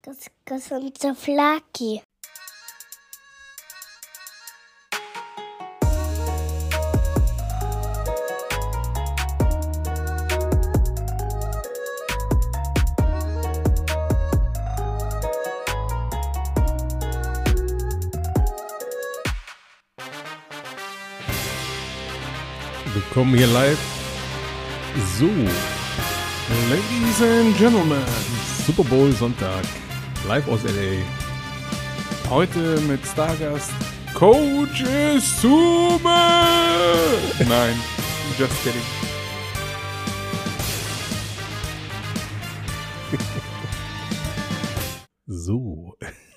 Das gesunde Flaki. Willkommen hier live. So, Ladies and Gentlemen, Super Bowl Sonntag, live aus LA. Heute mit Stargast Coach Isume. Nein, just kidding. So.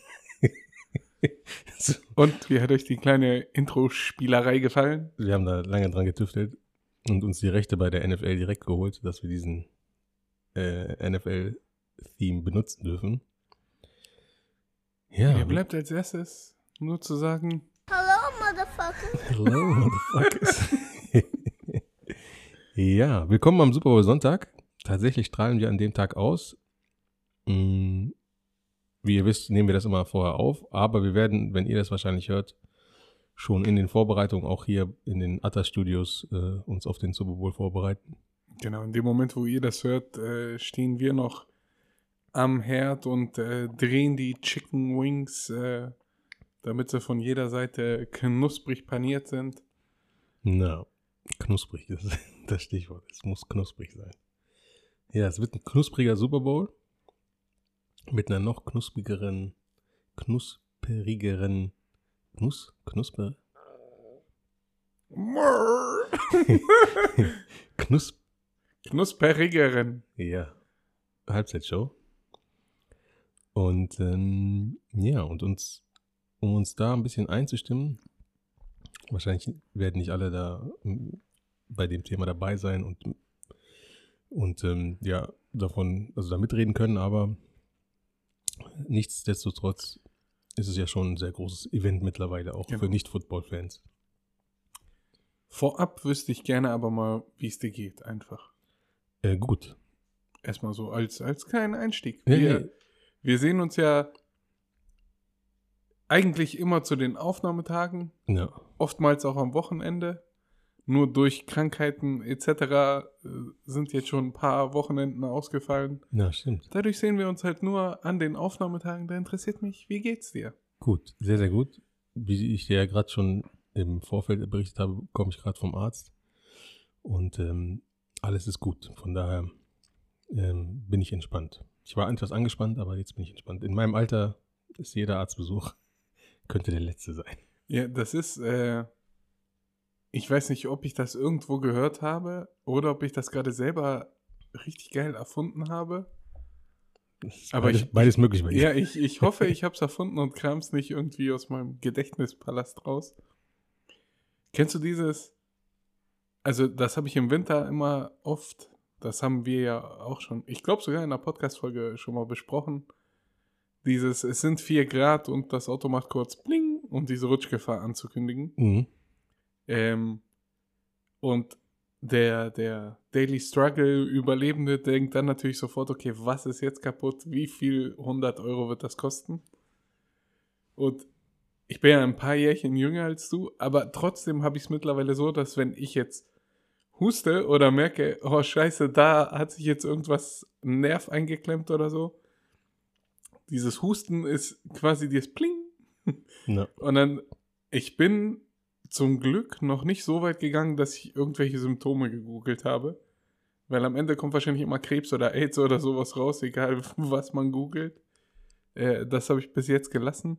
Und wie hat euch die kleine Intro-Spielerei gefallen? Wir haben da lange dran getüftelt und uns die Rechte bei der NFL direkt geholt, dass wir diesen NFL-Theme benutzen dürfen. Ja. Mir bleibt als erstes nur zu sagen: Hello, Motherfucker. Hello, Motherfuckers. Ja, willkommen am Super Bowl Sonntag. Tatsächlich strahlen wir an dem Tag aus. Wie ihr wisst, nehmen wir das immer vorher auf, aber wir werden, wenn ihr das wahrscheinlich hört, schon in den Vorbereitungen auch hier in den Atta-Studios uns auf den Super Bowl vorbereiten. Genau, in dem Moment, wo ihr das hört, stehen wir noch am Herd und drehen die Chicken Wings, damit sie von jeder Seite knusprig paniert sind. Na, knusprig ist das Stichwort. Es muss knusprig sein. Ja, es wird ein knuspriger Super Bowl. Mit einer noch knusprigeren, knusperigeren, Knusperigeren. Ja, Halbzeitshow. Und ja, und um uns da ein bisschen einzustimmen, wahrscheinlich werden nicht alle da bei dem Thema dabei sein und ja, davon, also da mitreden können, aber nichtsdestotrotz ist es ja schon ein sehr großes Event mittlerweile, auch für Nicht-Football-Fans. Vorab wüsste ich gerne aber mal, wie es dir geht, einfach. Gut. Erstmal so als kleinen Einstieg. Nee. Wir sehen uns ja eigentlich immer zu den Aufnahmetagen, Ja. oftmals auch am Wochenende. Nur durch Krankheiten etc. Sind jetzt schon ein paar Wochenenden ausgefallen. Ja, stimmt. Dadurch sehen wir uns halt nur an den Aufnahmetagen. Da interessiert mich, wie geht's dir? Gut, sehr, sehr gut. Wie ich dir ja gerade schon im Vorfeld berichtet habe, komme ich gerade vom Arzt. Und alles ist gut. Von daher bin ich entspannt. Ich war etwas angespannt, aber jetzt bin ich entspannt. In meinem Alter ist jeder Arztbesuch, könnte der letzte sein. Ja, das ist, ich weiß nicht, ob ich das irgendwo gehört habe oder ob ich das gerade selber richtig geil erfunden habe. Aber beides möglich bei dir. Ja, ich hoffe, ich habe es erfunden und kram es nicht irgendwie aus meinem Gedächtnispalast raus. Kennst du dieses? Also das habe ich im Winter immer oft, das haben wir ja auch schon, ich glaube sogar in einer Podcast-Folge schon mal besprochen, dieses, es sind 4 Grad und das Auto macht kurz bling, um diese Rutschgefahr anzukündigen. Mhm. Und der Daily Struggle-Überlebende denkt dann natürlich sofort, okay, was ist jetzt kaputt? Wie viel 100 Euro wird das kosten? Und ich bin ja ein paar Jährchen jünger als du, aber trotzdem habe ich es mittlerweile so, dass wenn ich jetzt huste oder merke, oh scheiße, da hat sich jetzt irgendwas ein Nerv eingeklemmt oder so, dieses Husten ist quasi dieses Pling. Ja. Und dann, ich bin zum Glück noch nicht so weit gegangen, dass ich irgendwelche Symptome gegoogelt habe. Weil am Ende kommt wahrscheinlich immer Krebs oder AIDS oder sowas raus, egal was man googelt. Das habe ich bis jetzt gelassen.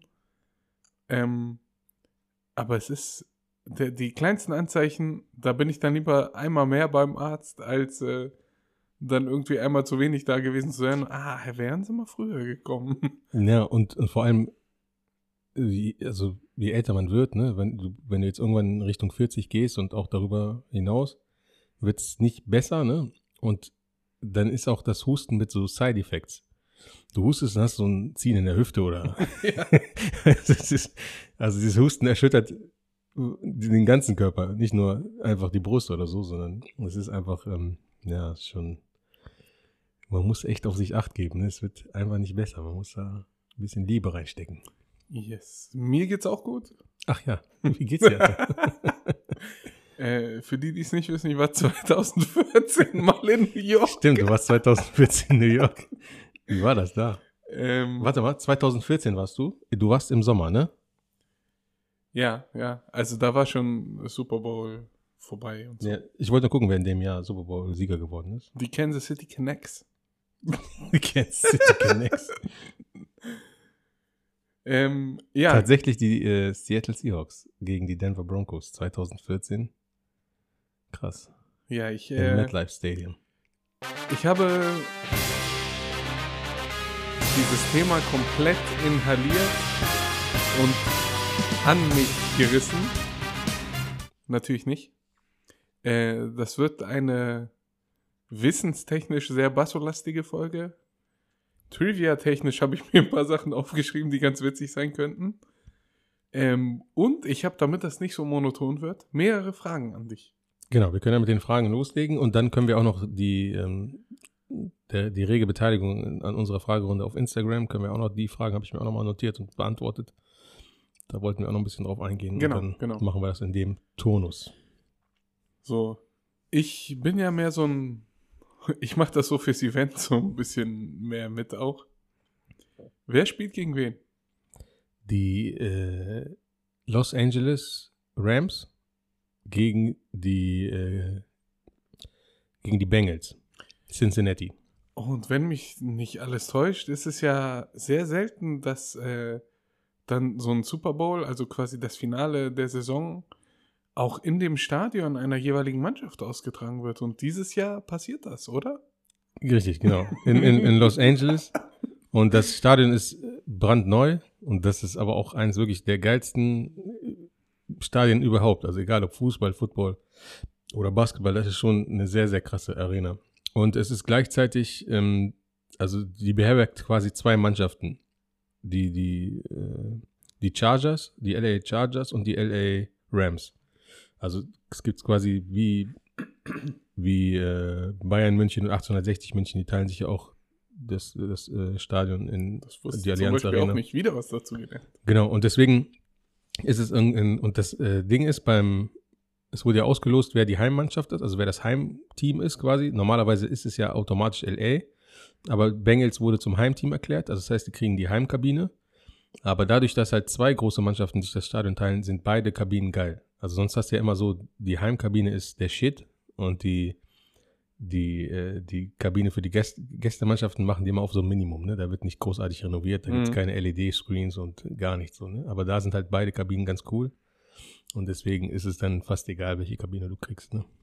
Aber es ist, die kleinsten Anzeichen, da bin ich dann lieber einmal mehr beim Arzt, als dann irgendwie einmal zu wenig da gewesen zu sein. Wären sie mal früher gekommen. Ja, und vor allem, je älter man wird, ne, wenn du jetzt irgendwann in Richtung 40 gehst und auch darüber hinaus, wird es nicht besser, ne? Und dann ist auch das Husten mit so Side-Effects. Du hustest und hast so ein Ziehen in der Hüfte oder. Ja. Also dieses Husten erschüttert den ganzen Körper, nicht nur einfach die Brust oder so, sondern es ist einfach, ja, schon Man muss echt auf sich Acht geben. Ne? Es wird einfach nicht besser. Man muss da ein bisschen Liebe reinstecken. Yes. Mir geht's auch gut. Ach ja, wie geht's dir? Für die es nicht wissen, ich war 2014 mal in New York. Stimmt, du warst 2014 in New York. Wie war das da? Warte mal, 2014 warst du? Du warst im Sommer, ne? Ja. Also da war schon Super Bowl vorbei und so. Ja, ich wollte nur gucken, wer in dem Jahr Super Bowl-Sieger geworden ist. Die Kansas City Canucks. Kansas City Canucks. Ja. Tatsächlich die Seattle Seahawks gegen die Denver Broncos 2014. Krass. Ja, ich Im MetLife Stadium. Ich habe dieses Thema komplett inhaliert und an mich gerissen. Natürlich nicht. Das wird eine wissenstechnisch sehr bassolastige Folge. Trivia-technisch habe ich mir ein paar Sachen aufgeschrieben, die ganz witzig sein könnten. Und ich habe, damit das nicht so monoton wird, mehrere Fragen an dich. Genau, wir können ja mit den Fragen loslegen und dann können wir auch noch die rege Beteiligung an unserer Fragerunde auf Instagram, können wir auch noch, die Fragen habe ich mir auch noch mal notiert und beantwortet. Da wollten wir auch noch ein bisschen drauf eingehen. Genau, und dann genau. machen wir das in dem Tonus. So, ich bin ja mehr so ein, ich mache das so fürs Event so ein bisschen mehr mit auch. Wer spielt gegen wen? Die Los Angeles Rams gegen die Bengals. Cincinnati. Und wenn mich nicht alles täuscht, ist es ja sehr selten, dass dann so ein Super Bowl, also quasi das Finale der Saison, auch in dem Stadion einer jeweiligen Mannschaft ausgetragen wird. Und dieses Jahr passiert das, oder? Richtig, genau. In Los Angeles. Und das Stadion ist brandneu. Und das ist aber auch eines wirklich der geilsten Stadien überhaupt. Also egal ob Fußball, Football oder Basketball, das ist schon eine sehr, sehr krasse Arena. Und es ist gleichzeitig, also die beherbergt quasi zwei Mannschaften. Die Chargers, die LA Chargers und die LA Rams. Also es gibt quasi wie Bayern München und 1860 München, die teilen sich ja auch das Stadion in Das wusste die Allianz zum Beispiel Arena. auch nicht, wieder was dazu gelernt. Genau, und deswegen ist es und das Ding ist es wurde ja ausgelost, wer die Heimmannschaft ist, also wer das Heimteam ist quasi. Normalerweise ist es ja automatisch LA, aber Bengals wurde zum Heimteam erklärt, also das heißt, die kriegen die Heimkabine. Aber dadurch, dass halt zwei große Mannschaften sich das Stadion teilen, sind beide Kabinen geil. Also sonst hast du ja immer so, die Heimkabine ist der Shit und die Kabine für die Gästemannschaften machen die immer auf so ein Minimum, ne? Da wird nicht großartig renoviert, da gibt's keine LED-Screens und gar nichts so, ne? Aber da sind halt beide Kabinen ganz cool und deswegen ist es dann fast egal, welche Kabine du kriegst, ne?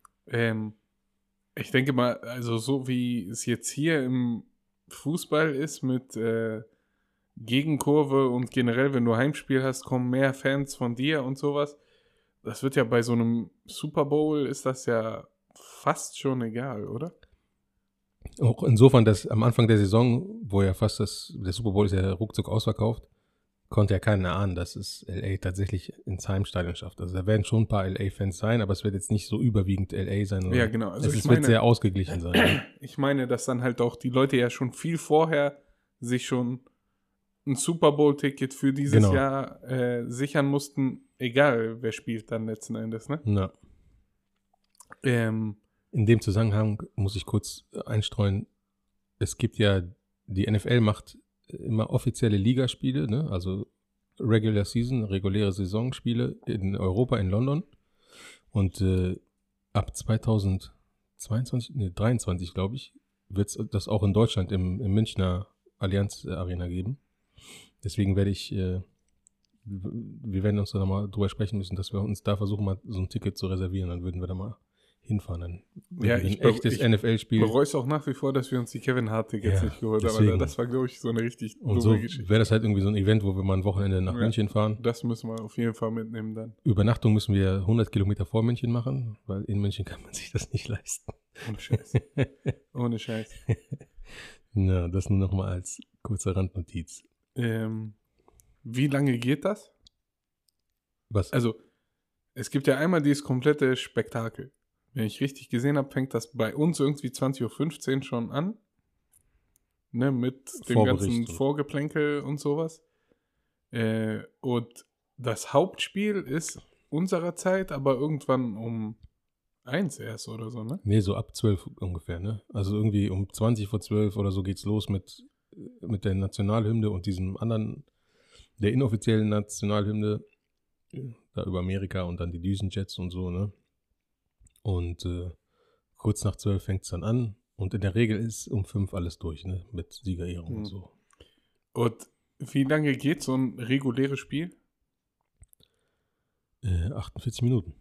Ich denke mal, also so wie es jetzt hier im Fußball ist mit Gegenkurve und generell, wenn du Heimspiel hast, kommen mehr Fans von dir und sowas. Das wird ja bei so einem Super Bowl, ist das ja fast schon egal, oder? Auch insofern, dass am Anfang der Saison, wo ja fast der Super Bowl ist ja ruckzuck ausverkauft, konnte ja keiner ahnen, dass es LA tatsächlich ins Heimstadion schafft. Also da werden schon ein paar LA-Fans sein, aber es wird jetzt nicht so überwiegend LA sein. Ja, genau. Also es wird sehr ausgeglichen sein. Ich meine, dass dann halt auch die Leute ja schon viel vorher sich schon ein Super Bowl-Ticket für dieses Jahr sichern mussten, egal wer spielt dann letzten Endes, ne? Ja. In dem Zusammenhang muss ich kurz einstreuen, es gibt ja, die NFL macht immer offizielle Ligaspiele, ne? Also regular reguläre Saisonspiele in Europa, in London. Und ab 2023, glaube ich, wird es das auch in Deutschland im Münchner Allianz Arena geben. Deswegen wir werden uns da nochmal drüber sprechen müssen, dass wir uns da versuchen, mal so ein Ticket zu reservieren. Dann würden wir da mal hinfahren. Dann ja, ein echtes NFL-Spiel. Ich bereue es auch nach wie vor, dass wir uns die Kevin Hart-Tickets nicht geholt haben. Aber das war, glaube ich, so eine richtig dumme Geschichte. Wäre das halt irgendwie so ein Event, wo wir mal ein Wochenende nach München fahren. Das müssen wir auf jeden Fall mitnehmen dann. Übernachtung müssen wir 100 Kilometer vor München machen, weil in München kann man sich das nicht leisten. Ohne Scheiß. Ohne Scheiß. Na, das nur nochmal als kurze Randnotiz. Wie lange geht das? Was? Also, es gibt ja einmal dieses komplette Spektakel. Wenn ich richtig gesehen habe, fängt das bei uns irgendwie 20.15 Uhr schon an. ne, mit dem Vorbericht ganzen und- Vorgeplänkel und sowas. Und das Hauptspiel ist unserer Zeit, aber irgendwann um 1 erst oder so, ne? Nee, so ab 12 ungefähr, ne? Also irgendwie um 20 vor 12 oder so geht's los mit der Nationalhymne und diesem anderen, der inoffiziellen Nationalhymne, da über Amerika und dann die Düsenjets und so, ne? Und kurz nach 12 fängt's dann an und in der Regel ist um 5 alles durch, ne? Mit Siegerehrung und so. Und wie lange geht so ein reguläres Spiel? 48 Minuten.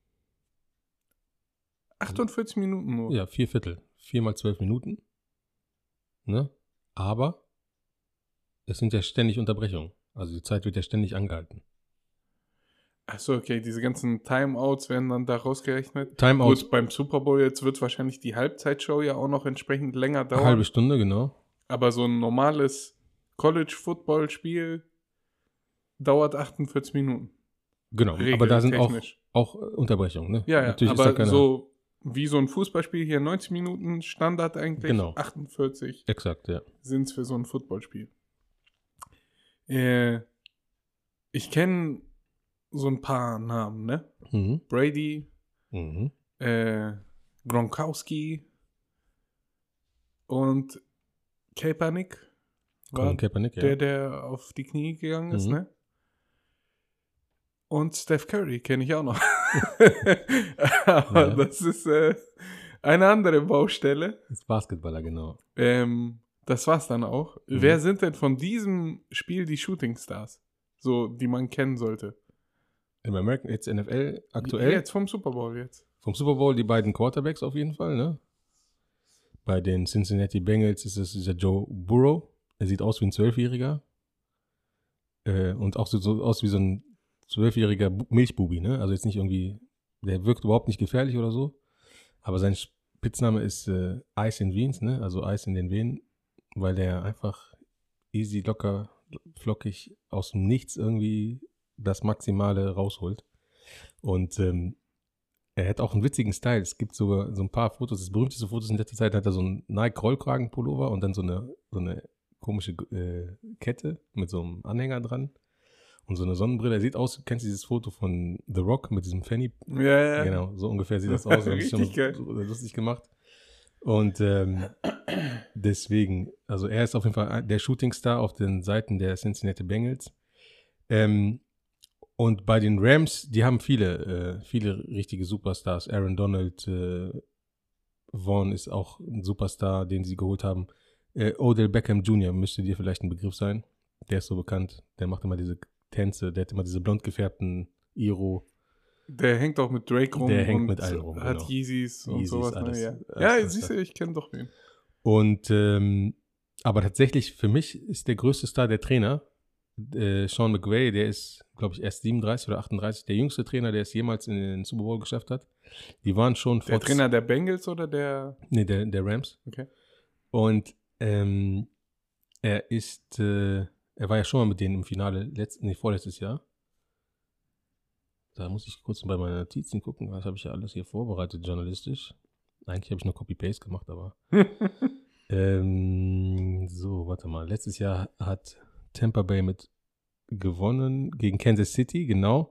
48 Minuten nur. Ja, 4 Viertel. 4 mal 12 Minuten. Ne? Aber es sind ja ständig Unterbrechungen. Also die Zeit wird ja ständig angehalten. Achso, okay, diese ganzen Timeouts werden dann da rausgerechnet. Timeouts, Gut, beim Super Bowl jetzt wird wahrscheinlich die Halbzeitshow ja auch noch entsprechend länger dauern. halbe Stunde, genau. Aber so ein normales College-Football-Spiel dauert 48 Minuten. Genau, aber da sind Regeltechnisch. auch Unterbrechungen. Ne? Ja, Natürlich ist aber da keine, so wie so ein Fußballspiel hier 90 Minuten Standard eigentlich. Genau. 48 Exakt, ja. sind es für so ein Footballspiel. Ich kenne so ein paar Namen, ne? Mhm. Brady, Mhm. Gronkowski und Kaepernick war Colin Kaepernick, ja. der auf die Knie gegangen ist, Mhm. ne? Und Steph Curry kenne ich auch noch. Aber Ja. das ist eine andere Baustelle. Ist Basketballer, genau. Das war's dann auch. Mhm. Wer sind denn von diesem Spiel die Shooting Stars? So, die man kennen sollte. Im American, jetzt NFL aktuell. Jetzt vom Super Bowl jetzt. Vom Super Bowl die beiden Quarterbacks auf jeden Fall, ne? Bei den Cincinnati Bengals ist es dieser Joe Burrow. Er sieht aus wie ein 12-Jähriger. Und auch so aus wie so ein 12-jähriger Milchbubi, ne? Also jetzt nicht irgendwie, der wirkt überhaupt nicht gefährlich oder so. Aber sein Spitzname ist Ice in Veins, ne? Also Eis in den Venen, weil der einfach easy, locker, flockig aus dem Nichts irgendwie das Maximale rausholt. Und er hat auch einen witzigen Style. Es gibt sogar so ein paar Fotos. Das berühmteste Fotos in letzter Zeit hat er so einen Nike-Rollkragen-Pullover und dann so eine komische Kette mit so einem Anhänger dran und so eine Sonnenbrille. Er sieht aus, kennst du dieses Foto von The Rock mit diesem Fanny? Ja. Genau, so ungefähr sieht das aus. Das ist schon Richtig geil. so lustig gemacht. Und deswegen, also er ist auf jeden Fall der Shootingstar auf den Seiten der Cincinnati Bengals. Und bei den Rams, die haben viele richtige Superstars. Aaron Donald, Vaughn ist auch ein Superstar, den sie geholt haben. Odell Beckham Jr. müsste dir vielleicht ein Begriff sein. Der ist so bekannt. Der macht immer diese Tänze, der hat immer diese blond gefärbten Iro. Der hängt auch mit Drake rum. Der hängt und mit allen rum, Hat genau. Yeezys und Yeezys, sowas. alles. Ne? Alles, Ja, siehst du, ich kenne doch wen. Und aber tatsächlich für mich ist der größte Star der Trainer. Sean McVay, der ist, glaube ich, erst 37 oder 38, der jüngste Trainer, der es jemals in den Super Bowl geschafft hat. Die waren schon Der Trainer der Bengals oder der? Nee, der Rams. Okay. Und er war ja schon mal mit denen im Finale vorletztes Jahr. Da muss ich kurz bei meinen Notizen gucken, was habe ich ja alles hier vorbereitet, journalistisch. Eigentlich habe ich nur Copy-Paste gemacht, aber so, warte mal. Letztes Jahr hat Tampa Bay mit gewonnen gegen Kansas City, genau.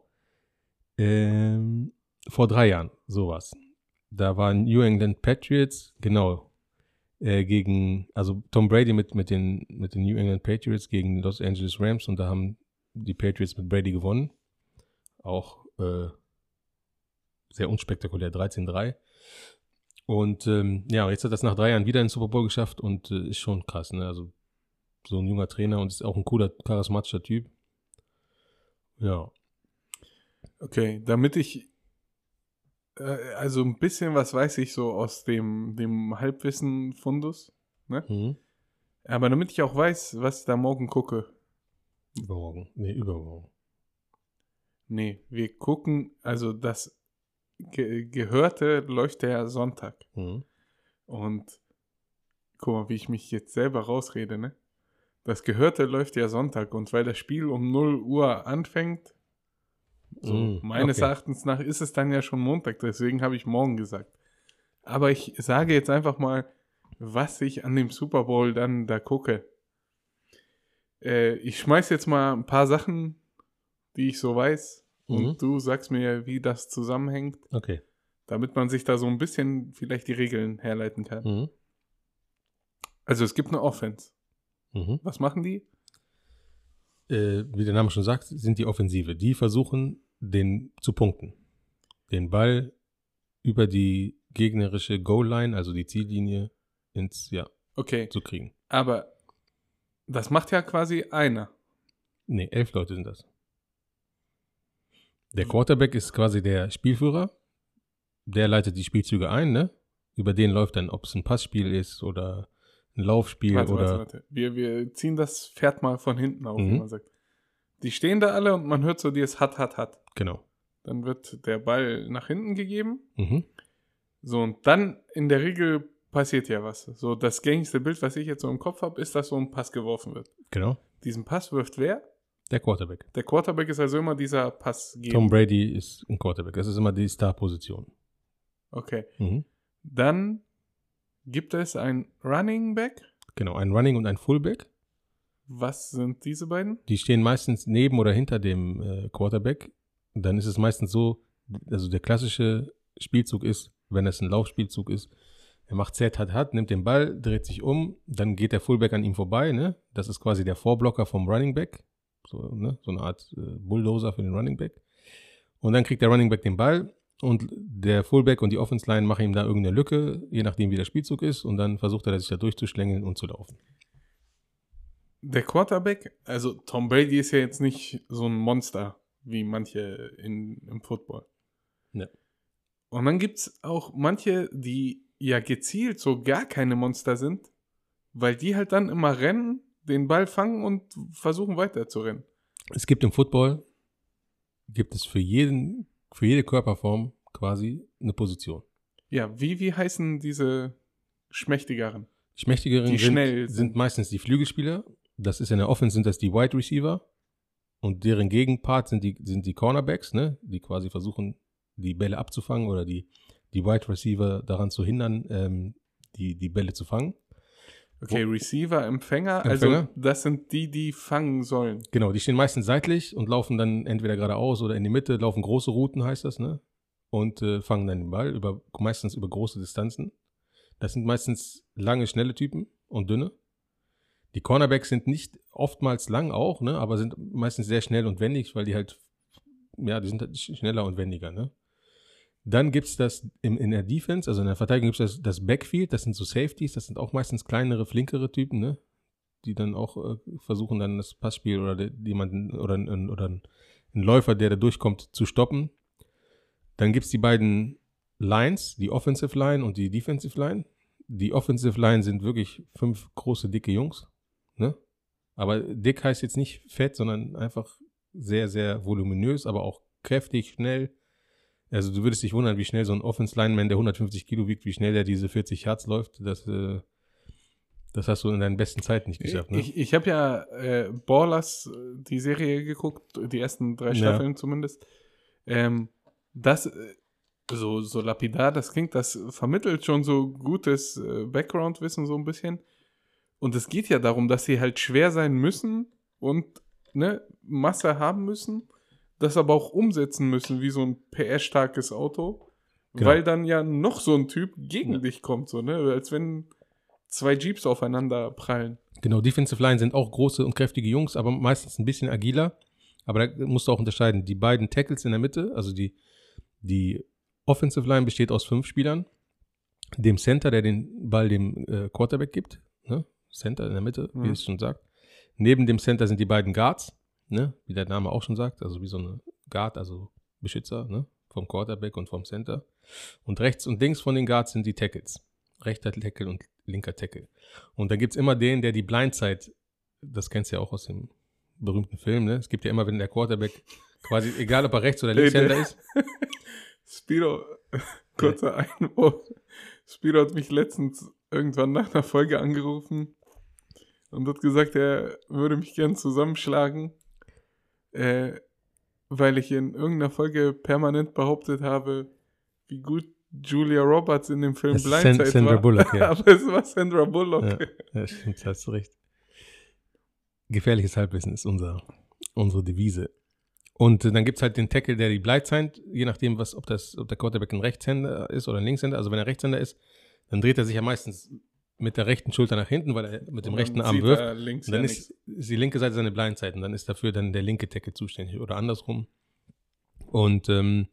Vor 3 Jahren, sowas. Da waren New England Patriots, genau, also Tom Brady mit den New England Patriots gegen Los Angeles Rams und da haben die Patriots mit Brady gewonnen. Auch sehr unspektakulär, 13-3. Und jetzt hat das nach 3 Jahren wieder in den Super Bowl geschafft und ist schon krass, ne? Also so ein junger Trainer und ist auch ein cooler, charismatischer Typ. Ja. Okay, damit ich also ein bisschen was weiß ich so aus dem Halbwissen-Fundus, ne? Mhm. Aber damit ich auch weiß, was ich da morgen gucke. Übermorgen. Nee, übermorgen. Nee, wir gucken, also das Gehörte läuft ja Sonntag. Mhm. Und guck mal, wie ich mich jetzt selber rausrede, ne? Das Gehörte läuft ja Sonntag und weil das Spiel um 0 Uhr anfängt, so meines Erachtens nach ist es dann ja schon Montag, deswegen habe ich morgen gesagt. Aber ich sage jetzt einfach mal, was ich an dem Super Bowl dann da gucke. Ich schmeiß jetzt mal ein paar Sachen, die ich so weiß. Und du sagst mir, wie das zusammenhängt. Okay. Damit man sich da so ein bisschen vielleicht die Regeln herleiten kann. Mhm. Also es gibt eine Offense. Mhm. Was machen die? Wie der Name schon sagt, sind die Offensive. Die versuchen, den zu punkten. Den Ball über die gegnerische Goal-Line, also die Ziellinie, Okay, zu kriegen. aber das macht ja quasi einer. Nee, 11 Leute sind das. Der Quarterback ist quasi der Spielführer. Der leitet die Spielzüge ein, ne? Über den läuft dann, ob es ein Passspiel ist oder ein Laufspiel Warte. Wir ziehen das Pferd mal von hinten auf, wie Mhm. man sagt. Die stehen da alle und man hört so dieses Hat. Genau. Dann wird der Ball nach hinten gegeben. Mhm. So, und dann in der Regel passiert ja was. So, das gängigste Bild, was ich jetzt so im Kopf habe, ist, dass so ein Pass geworfen wird. Genau. Diesen Pass wirft wer? Der Quarterback. Der Quarterback ist also immer dieser Passgeber. Tom Brady ist ein Quarterback. Das ist immer die Star-Position. Okay. Mhm. Dann gibt es ein Running Back. Genau, ein Running und ein Fullback. Was sind diese beiden? Die stehen meistens neben oder hinter dem Quarterback. Und dann ist es meistens so, also der klassische Spielzug ist, wenn es ein Laufspielzug ist, er macht Hat, nimmt den Ball, dreht sich um, dann geht der Fullback an ihm vorbei, ne? Das ist quasi der Vorblocker vom Running Back. So, ne? So eine Art Bulldozer für den Running Back. Und dann kriegt der Running Back den Ball und der Fullback und die Offense Line machen ihm da irgendeine Lücke, je nachdem wie der Spielzug ist, und dann versucht er sich da durchzuschlängeln und zu laufen. Der Quarterback, also Tom Brady ist ja jetzt nicht so ein Monster wie manche im Football. Ja. Und dann gibt es auch manche, die ja gezielt so gar keine Monster sind, weil die halt dann immer rennen, den Ball fangen und versuchen weiter zu rennen. Es gibt im Football, gibt es für jede Körperform quasi eine Position. Ja, wie heißen diese Schmächtigeren? Schmächtigeren Die schnell sind meistens die Flügelspieler. Das ist in der Offense sind das die Wide Receiver. Und deren Gegenpart sind die Cornerbacks, ne? Die quasi versuchen, die Bälle abzufangen oder die Wide Receiver daran zu hindern, die Bälle zu fangen. Okay, Receiver, Empfänger, also Empfänger? das sind die fangen sollen. Genau, die stehen meistens seitlich und laufen dann entweder geradeaus oder in die Mitte, laufen große Routen, heißt das, ne? Und fangen dann den Ball meistens über große Distanzen. Das sind meistens lange, schnelle Typen und dünne. Die Cornerbacks sind nicht oftmals lang auch, ne? Aber sind meistens sehr schnell und wendig, weil die sind halt schneller und wendiger, ne? Dann gibt es das in der Defense, also in der Verteidigung gibt es das Backfield, das sind so Safeties, das sind auch meistens kleinere, flinkere Typen, ne? Die dann auch versuchen, dann das Passspiel oder jemanden oder einen Läufer, der da durchkommt, zu stoppen. Dann gibt es die beiden Lines, die Offensive Line und die Defensive Line. Die Offensive Line sind wirklich 5 große, dicke Jungs, ne? Aber dick heißt jetzt nicht fett, sondern einfach sehr, sehr voluminös, aber auch kräftig, schnell. Also du würdest dich wundern, wie schnell so ein Offense-Lineman, der 150 Kilo wiegt, wie schnell der diese 40 Yards läuft. Das hast du in deinen besten Zeiten nicht geschafft, ne? Ich habe ja Ballers, die Serie geguckt, die ersten 3 Staffeln zumindest. Das, so lapidar das klingt, das vermittelt schon so gutes Background-Wissen so ein bisschen. Und es geht ja darum, dass sie halt schwer sein müssen und Masse haben müssen, das aber auch umsetzen müssen wie so ein PS-starkes Auto, Genau. weil dann ja noch so ein Typ gegen dich kommt, so, ne? Als wenn 2 Jeeps aufeinander prallen. Genau, Defensive Line sind auch große und kräftige Jungs, aber meistens ein bisschen agiler. Aber da musst du auch unterscheiden. Die beiden Tackles in der Mitte, also die Offensive Line besteht aus 5 Spielern. Dem Center, der den Ball dem Quarterback gibt. Ne? Center in der Mitte, wie es schon sagt. Neben dem Center sind die beiden Guards, ne? Wie der Name auch schon sagt. Also wie so eine Guard, also Beschützer, ne? Vom Quarterback und vom Center. Und rechts und links von den Guards sind die Tackles. Rechter Tackle und linker Tackle. Und dann gibt es immer den, der die Blindside, das kennst du ja auch aus dem berühmten Film, ne? Es gibt ja immer, wenn der Quarterback quasi, egal ob er rechts oder Linkshänder ist. Spiro, kurzer Einwurf. Spiro hat mich letztens irgendwann nach einer Folge angerufen und hat gesagt, er würde mich gern zusammenschlagen, weil ich in irgendeiner Folge permanent behauptet habe, wie gut Julia Roberts in dem Film Das ist Blindside Sandra war. Bullock, ja. Aber es war Sandra Bullock. Ja, stimmt, hast du recht. Gefährliches Halbwissen ist unsere Devise. Und dann gibt es halt den Tackle, der die Blindside, je nachdem, ob der Quarterback ein Rechtshänder ist oder ein Linkshänder. Also wenn er Rechtshänder ist, dann dreht er sich ja meistens mit der rechten Schulter nach hinten, weil er mit dem rechten Arm wirft. Und dann ist die linke Seite seine Blindside und dann ist dafür dann der linke Tackle zuständig oder andersrum. Und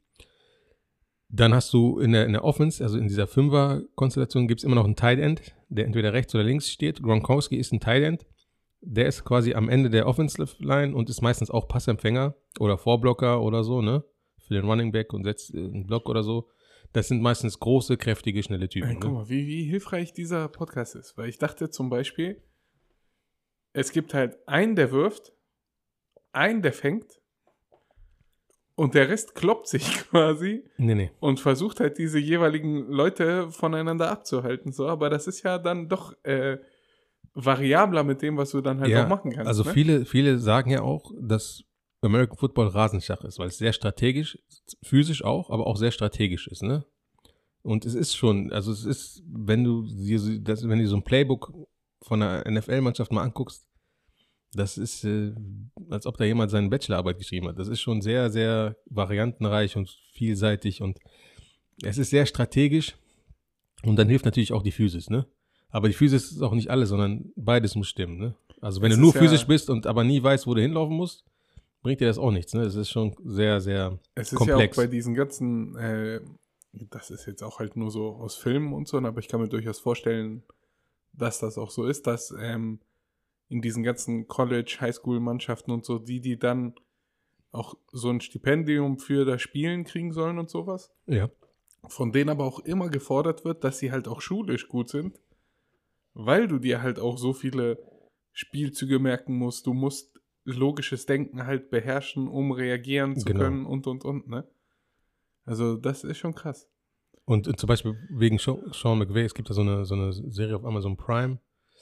dann hast du in der Offense, also in dieser Fünfer-Konstellation, gibt es immer noch einen Tight End, der entweder rechts oder links steht. Gronkowski ist ein Tight End. Der ist quasi am Ende der Offensive Line und ist meistens auch Passempfänger oder Vorblocker oder so, ne? Für den Running Back und setzt einen Block oder so. Das sind meistens große, kräftige, schnelle Typen. Guck mal, wie hilfreich dieser Podcast ist. Weil ich dachte zum Beispiel, es gibt halt einen, der wirft, einen, der fängt und der Rest kloppt sich quasi Nee. und versucht halt diese jeweiligen Leute voneinander abzuhalten. So. Aber das ist ja dann doch variabler mit dem, was du dann halt auch machen kannst. Also ne? viele sagen ja auch, dass American Football Rasenschach ist, weil es sehr strategisch, physisch auch, aber auch sehr strategisch ist, ne? Und es ist schon, also es ist, wenn du dir so ein Playbook von einer NFL-Mannschaft mal anguckst, das ist, als ob da jemand seine Bachelorarbeit geschrieben hat. Das ist schon sehr, sehr variantenreich und vielseitig und es ist sehr strategisch und dann hilft natürlich auch die Physis, ne? Aber die Physis ist auch nicht alles, sondern beides muss stimmen, ne? Also wenn du nur physisch bist und aber nie weißt, wo du hinlaufen musst, bringt dir das auch nichts, ne? Das ist schon sehr, sehr es ist komplex. Ja auch bei diesen ganzen, das ist jetzt auch halt nur so aus Filmen und so, aber ich kann mir durchaus vorstellen, dass das auch so ist, dass in diesen ganzen College-, Highschool-Mannschaften und so, die dann auch so ein Stipendium für das Spielen kriegen sollen und sowas, Ja. von denen aber auch immer gefordert wird, dass sie halt auch schulisch gut sind, weil du dir halt auch so viele Spielzüge merken musst, du musst logisches Denken halt beherrschen, um reagieren zu können und, ne? Also das ist schon krass. Und zum Beispiel wegen Sean McVay, es gibt ja so eine Serie auf Amazon Prime,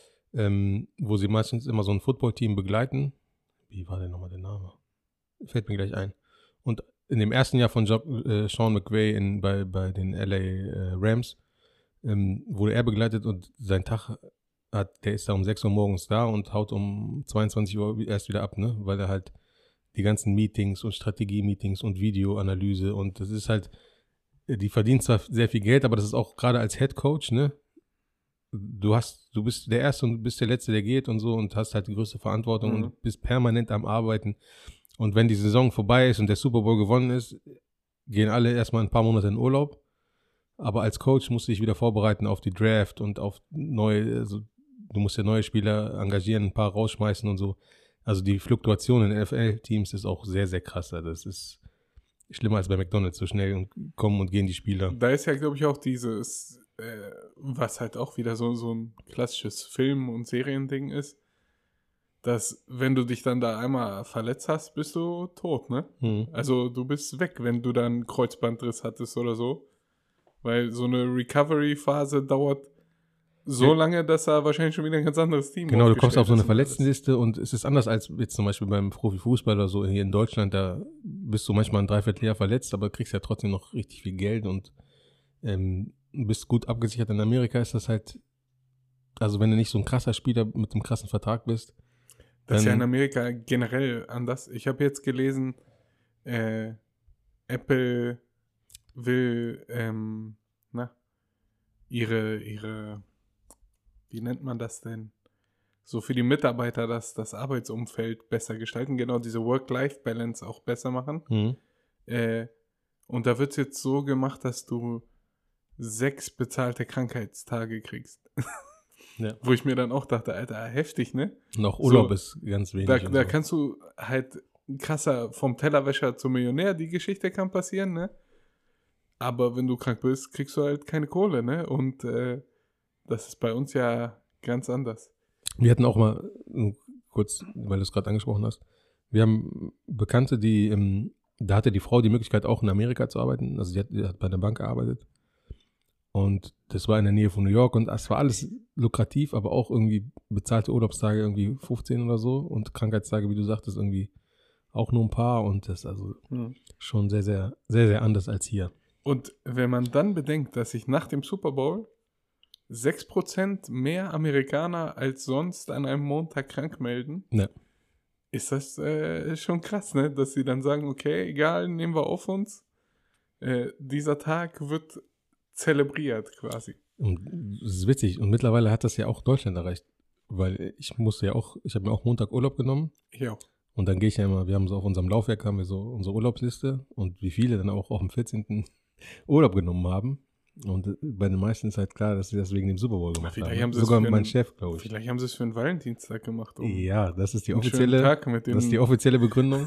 wo sie meistens immer so ein Footballteam begleiten. Wie war denn nochmal der Name? Fällt mir gleich ein. Und in dem ersten Jahr von Sean McVay bei den LA Rams wurde er begleitet und sein Tag der ist da um 6 Uhr morgens da und haut um 22 Uhr erst wieder ab, ne? Weil er halt die ganzen Meetings und Strategie-Meetings und Videoanalyse und das ist halt, die verdienen zwar sehr viel Geld, aber das ist auch gerade als Head Coach, ne? Du bist der Erste und bist der Letzte, der geht und so und hast halt die größte Verantwortung und bist permanent am Arbeiten. Und wenn die Saison vorbei ist und der Super Bowl gewonnen ist, gehen alle erstmal ein paar Monate in Urlaub. Aber als Coach musst du dich wieder vorbereiten auf die Draft und auf also du musst ja neue Spieler engagieren, ein paar rausschmeißen und so. Also die Fluktuation in NFL-Teams ist auch sehr, sehr krass. Das ist schlimmer als bei McDonald's. So schnell kommen und gehen die Spieler. Da ist ja, glaube ich, auch dieses, was halt auch wieder so ein klassisches Film- und Seriending ist, dass wenn du dich dann da einmal verletzt hast, bist du tot, ne? Also du bist weg, wenn du dann Kreuzbandriss hattest oder so. Weil so eine Recovery-Phase dauert so lange, dass er wahrscheinlich schon wieder ein ganz anderes Team Genau, du kommst auf so eine Verletztenliste und es ist anders als jetzt zum Beispiel beim Profifußball oder so hier in Deutschland, da bist du manchmal ein Dreivierteljahr verletzt, aber kriegst ja trotzdem noch richtig viel Geld und bist gut abgesichert. In Amerika ist das halt, also wenn du nicht so ein krasser Spieler mit einem krassen Vertrag bist. Das ist ja in Amerika generell anders. Ich habe jetzt gelesen, Apple will ihre wie nennt man das denn? So für die Mitarbeiter das Arbeitsumfeld besser gestalten, genau diese Work-Life-Balance auch besser machen. Und da wird es jetzt so gemacht, dass du 6 bezahlte Krankheitstage kriegst. Ja. Wo ich mir dann auch dachte, Alter, heftig, ne? Noch Urlaub so, ist ganz wenig. Da kannst du halt krasser vom Tellerwäscher zum Millionär, die Geschichte kann passieren, ne? Aber wenn du krank bist, kriegst du halt keine Kohle, ne? Und das ist bei uns ja ganz anders. Wir hatten auch mal, kurz, weil du es gerade angesprochen hast, wir haben Bekannte, da hatte die Frau die Möglichkeit auch in Amerika zu arbeiten, also die hat bei der Bank gearbeitet und das war in der Nähe von New York und es war alles lukrativ, aber auch irgendwie bezahlte Urlaubstage irgendwie 15 oder so und Krankheitstage, wie du sagtest, irgendwie auch nur ein paar und das ist also schon sehr, sehr, sehr, sehr anders als hier. Und wenn man dann bedenkt, dass sich nach dem Super Bowl 6% mehr Amerikaner als sonst an einem Montag krank melden, Ja. ist das schon krass, ne? Dass sie dann sagen, okay, egal, nehmen wir auf uns. Dieser Tag wird zelebriert quasi. Und das ist witzig. Und mittlerweile hat das ja auch Deutschland erreicht. Weil ich habe mir auch Montag Urlaub genommen. Ja. Und dann gehe ich ja immer, wir haben so auf unserem Laufwerk haben wir so unsere Urlaubsliste und wie viele dann auch am 14. Urlaub genommen haben. Und bei den meisten ist halt klar, dass sie das wegen dem Super Bowl gemacht Vielleicht haben. haben sie es Sogar für mein einen- Chef, glaube ich. Vielleicht haben sie es für einen Valentinstag gemacht. Ja, das ist die einen schönen offizielle, Tag mit das ist die offizielle Begründung.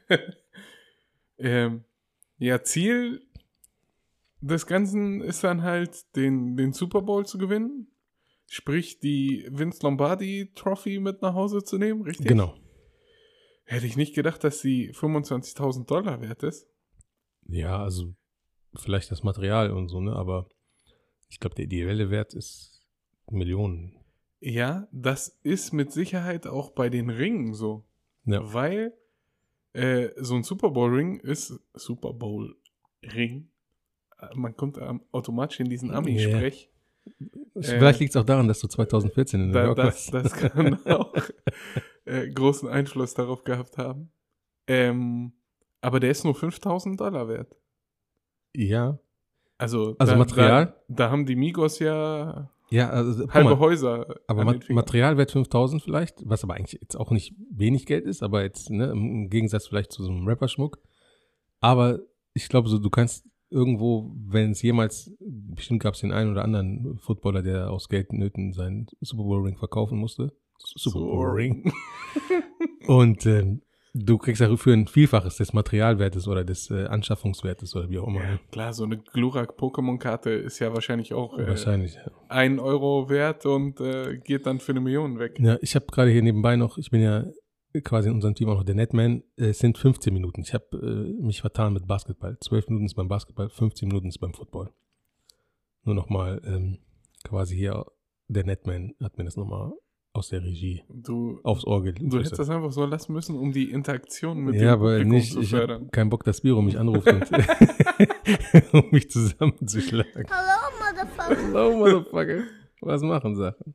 Ja, Ziel des Ganzen ist dann halt, den Super Bowl zu gewinnen. Sprich, die Vince Lombardi Trophy mit nach Hause zu nehmen, richtig? Genau. Hätte ich nicht gedacht, dass sie $25.000 wert ist. Ja, also vielleicht das Material und so, ne? Aber ich glaube, der ideelle Wert ist Millionen. Ja, das ist mit Sicherheit auch bei den Ringen so. Ja. Weil so ein Super Bowl-Ring ist Super Bowl-Ring. Man kommt automatisch in diesen Ami-Sprech. Vielleicht liegt es auch daran, dass du 2014 in New York Das warst. kann auch großen Einfluss darauf gehabt haben. Aber der ist nur $5.000 wert. Ja. Also Material? Da haben die Migos ja Ja, also guck halbe mal, Häuser. aber an den Fingern. Materialwert 5.000 vielleicht, was aber eigentlich jetzt auch nicht wenig Geld ist, aber jetzt ne, im Gegensatz vielleicht zu so einem Rapperschmuck. Aber ich glaube, so du kannst irgendwo, wenn es jemals, bestimmt gab es den einen oder anderen Footballer, der aus Geldnöten seinen Super Bowl Ring verkaufen musste. Super Bowl Ring. Und du kriegst dafür ein Vielfaches des Materialwertes oder des Anschaffungswertes oder wie auch immer. Ja, ne? klar, so eine Glurak-Pokémon-Karte ist ja wahrscheinlich auch Wahrscheinlich, ja. 1 Euro wert und geht dann für 1 Million weg. Ja, ich habe gerade hier nebenbei noch, ich bin ja quasi in unserem Team auch noch der Netman, es sind 15 Minuten. Ich habe mich vertan mit Basketball. 12 Minuten ist beim Basketball, 15 Minuten ist beim Football. Nur nochmal quasi hier, der Netman hat mir das nochmal aus der Regie aufs Ohr gelegt. Du hättest das einfach so lassen müssen, um die Interaktion mit ja, dem aber Publikum nicht, zu ich habe fördern. keinen Bock, dass Biro mich anruft und um mich zusammenzuschlagen. Hello, motherfucker. Hello, Motherfucker. Was machen Sachen?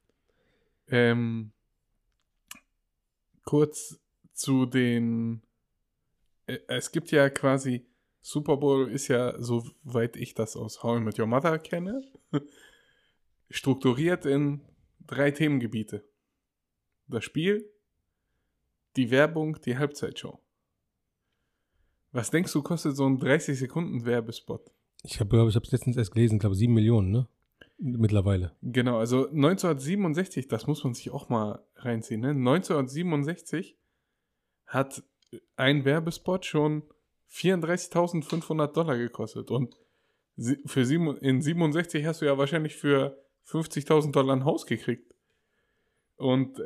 Kurz zu den es gibt ja quasi Super Bowl ist ja, soweit ich das aus How I Met Your Mother kenne, strukturiert in 3 Themengebiete. Das Spiel, die Werbung, die Halbzeitshow. Was denkst du, kostet so ein 30-Sekunden-Werbespot? Ich habe es letztens erst gelesen, ich glaube 7 Millionen, ne? Mittlerweile. Genau, also 1967, das muss man sich auch mal reinziehen, ne? 1967 hat ein Werbespot schon $34.500 gekostet. Und in 67 hast du ja wahrscheinlich für $50.000 ein Haus gekriegt. Und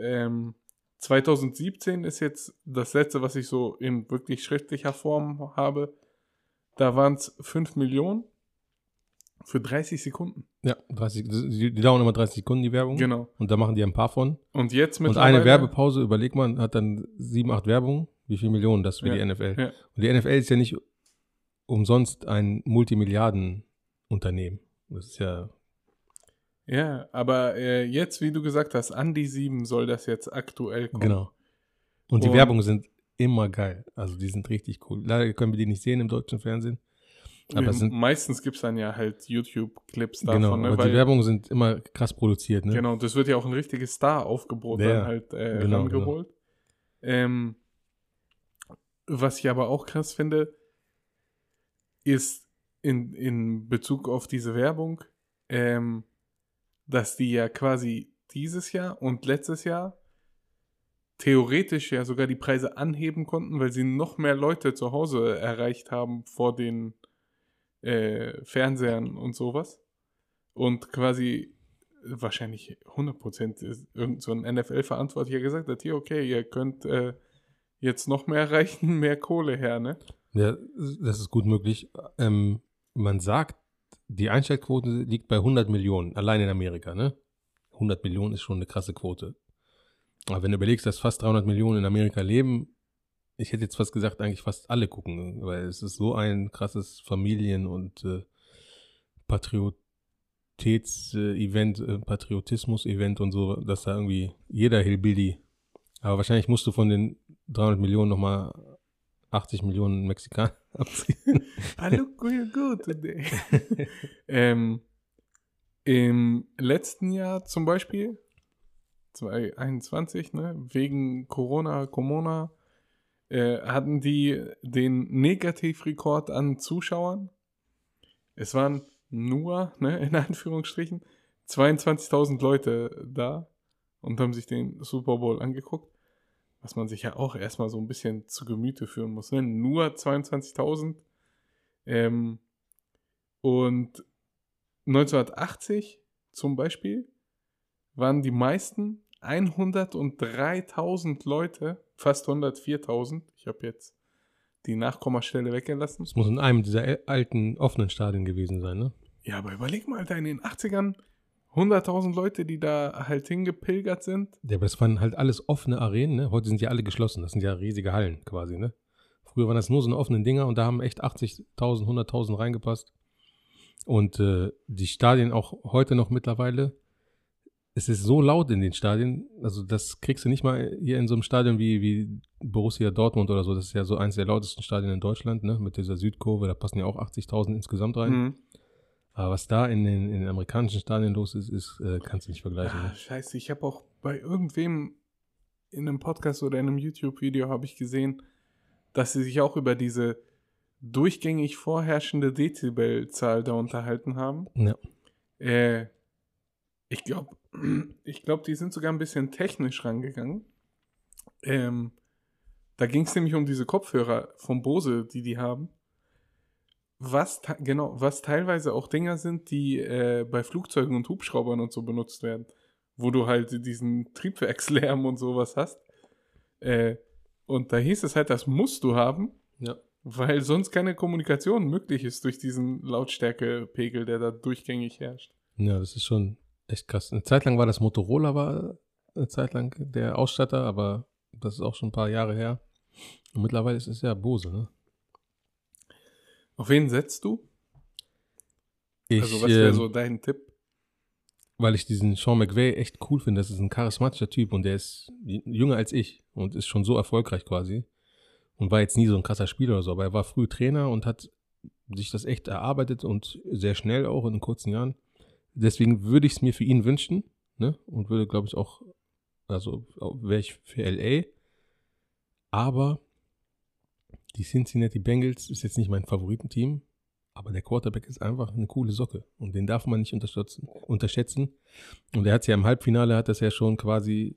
2017 ist jetzt das letzte, was ich so in wirklich schriftlicher Form habe. Da waren es 5 Millionen für 30 Sekunden. Ja, 30, die dauern immer 30 Sekunden, die Werbung. Genau. Und da machen die ein paar von. Und jetzt Und eine Werbepause, überleg mal, hat dann 7, 8 Werbungen. Wie viel Millionen das für die NFL? Ja. Und die NFL ist ja nicht umsonst ein Multimilliarden-Unternehmen. Das ist ja... Ja, aber jetzt, wie du gesagt hast, an die 7 soll das jetzt aktuell kommen. Genau. Und die Werbungen sind immer geil. Also die sind richtig cool. Leider können wir die nicht sehen im deutschen Fernsehen. Aber meistens gibt es dann ja halt YouTube-Clips davon. Genau, ne, aber die Werbungen sind immer krass produziert. Ne? Genau, das wird ja auch ein richtiges Star-Aufgebot Ja, dann halt rangeholt. Was ich aber auch krass finde, ist in Bezug auf diese Werbung, dass die ja quasi dieses Jahr und letztes Jahr theoretisch ja sogar die Preise anheben konnten, weil sie noch mehr Leute zu Hause erreicht haben vor den Fernsehern und sowas. Und quasi wahrscheinlich 100% ist irgend so ein NFL-Verantwortlicher gesagt hat, hier, okay, ihr könnt jetzt noch mehr erreichen, mehr Kohle her, ne? Ja, das ist gut möglich. Man sagt, die Einschaltquote liegt bei 100 Millionen, allein in Amerika, ne? 100 Millionen ist schon eine krasse Quote. Aber wenn du überlegst, dass fast 300 Millionen in Amerika leben, ich hätte jetzt fast gesagt, eigentlich fast alle gucken, weil es ist so ein krasses Familien- und Patriotismus-Event und so, dass da irgendwie jeder Hillbilly, aber wahrscheinlich musst du von den 300 Millionen nochmal 80 Millionen Mexikaner abziehen. I look real good today. Im letzten Jahr zum Beispiel, 2021, ne, wegen Corona, hatten die den Negativrekord an Zuschauern. Es waren nur, ne, in Anführungsstrichen, 22.000 Leute da und haben sich den Super Bowl angeguckt. Was man sich ja auch erstmal so ein bisschen zu Gemüte führen muss. Ne? Nur 22.000. Und 1980 zum Beispiel waren die meisten 103.000 Leute, fast 104.000. Ich habe jetzt die Nachkommastelle weggelassen. Das muss in einem dieser alten, offenen Stadien gewesen sein, ne? Ja, aber überleg mal, Alter, in den 80ern 100.000 Leute, die da halt hingepilgert sind. Ja, aber das waren halt alles offene Arenen, ne? Heute sind die alle geschlossen. Das sind ja riesige Hallen quasi, ne? Früher waren das nur so eine offenen Dinger und da haben echt 80.000, 100.000 reingepasst. Und die Stadien auch heute noch mittlerweile, es ist so laut in den Stadien, also das kriegst du nicht mal hier in so einem Stadion wie Borussia Dortmund oder so. Das ist ja so eins der lautesten Stadien in Deutschland, ne? Mit dieser Südkurve, da passen ja auch 80.000 insgesamt rein. Mhm. Aber was da in den amerikanischen Stadien los ist, kannst du nicht vergleichen. Ja, Ne? scheiße, ich habe auch bei irgendwem in einem Podcast oder in einem YouTube-Video habe ich gesehen, dass sie sich auch über diese durchgängig vorherrschende Dezibelzahl da unterhalten haben. Ja. Ich glaube, die sind sogar ein bisschen technisch rangegangen. Da ging es nämlich um diese Kopfhörer von Bose, die haben. Was teilweise auch Dinger sind, die bei Flugzeugen und Hubschraubern und so benutzt werden. Wo du halt diesen Triebwerkslärm und sowas hast. Und da hieß es halt, das musst du haben. Ja. Weil sonst keine Kommunikation möglich ist durch diesen Lautstärkepegel, der da durchgängig herrscht. Ja, das ist schon echt krass. Eine Zeit lang war das Motorola, eine Zeit lang der Ausstatter, aber das ist auch schon ein paar Jahre her. Und mittlerweile ist es ja Bose, ne? Auf wen setzt du? Also was wäre so dein Tipp? Weil ich diesen Sean McVay echt cool finde. Das ist ein charismatischer Typ und der ist jünger als ich und ist schon so erfolgreich quasi. Und war jetzt nie so ein krasser Spieler oder so, aber er war früh Trainer und hat sich das echt erarbeitet und sehr schnell auch in kurzen Jahren. Deswegen würde ich es mir für ihn wünschen, ne? Und würde, glaube ich, auch, also wäre ich für LA. Aber die Cincinnati Bengals ist jetzt nicht mein Favoritenteam, aber der Quarterback ist einfach eine coole Socke und den darf man nicht unterschätzen. Und er hat es ja im Halbfinale, hat das ja schon quasi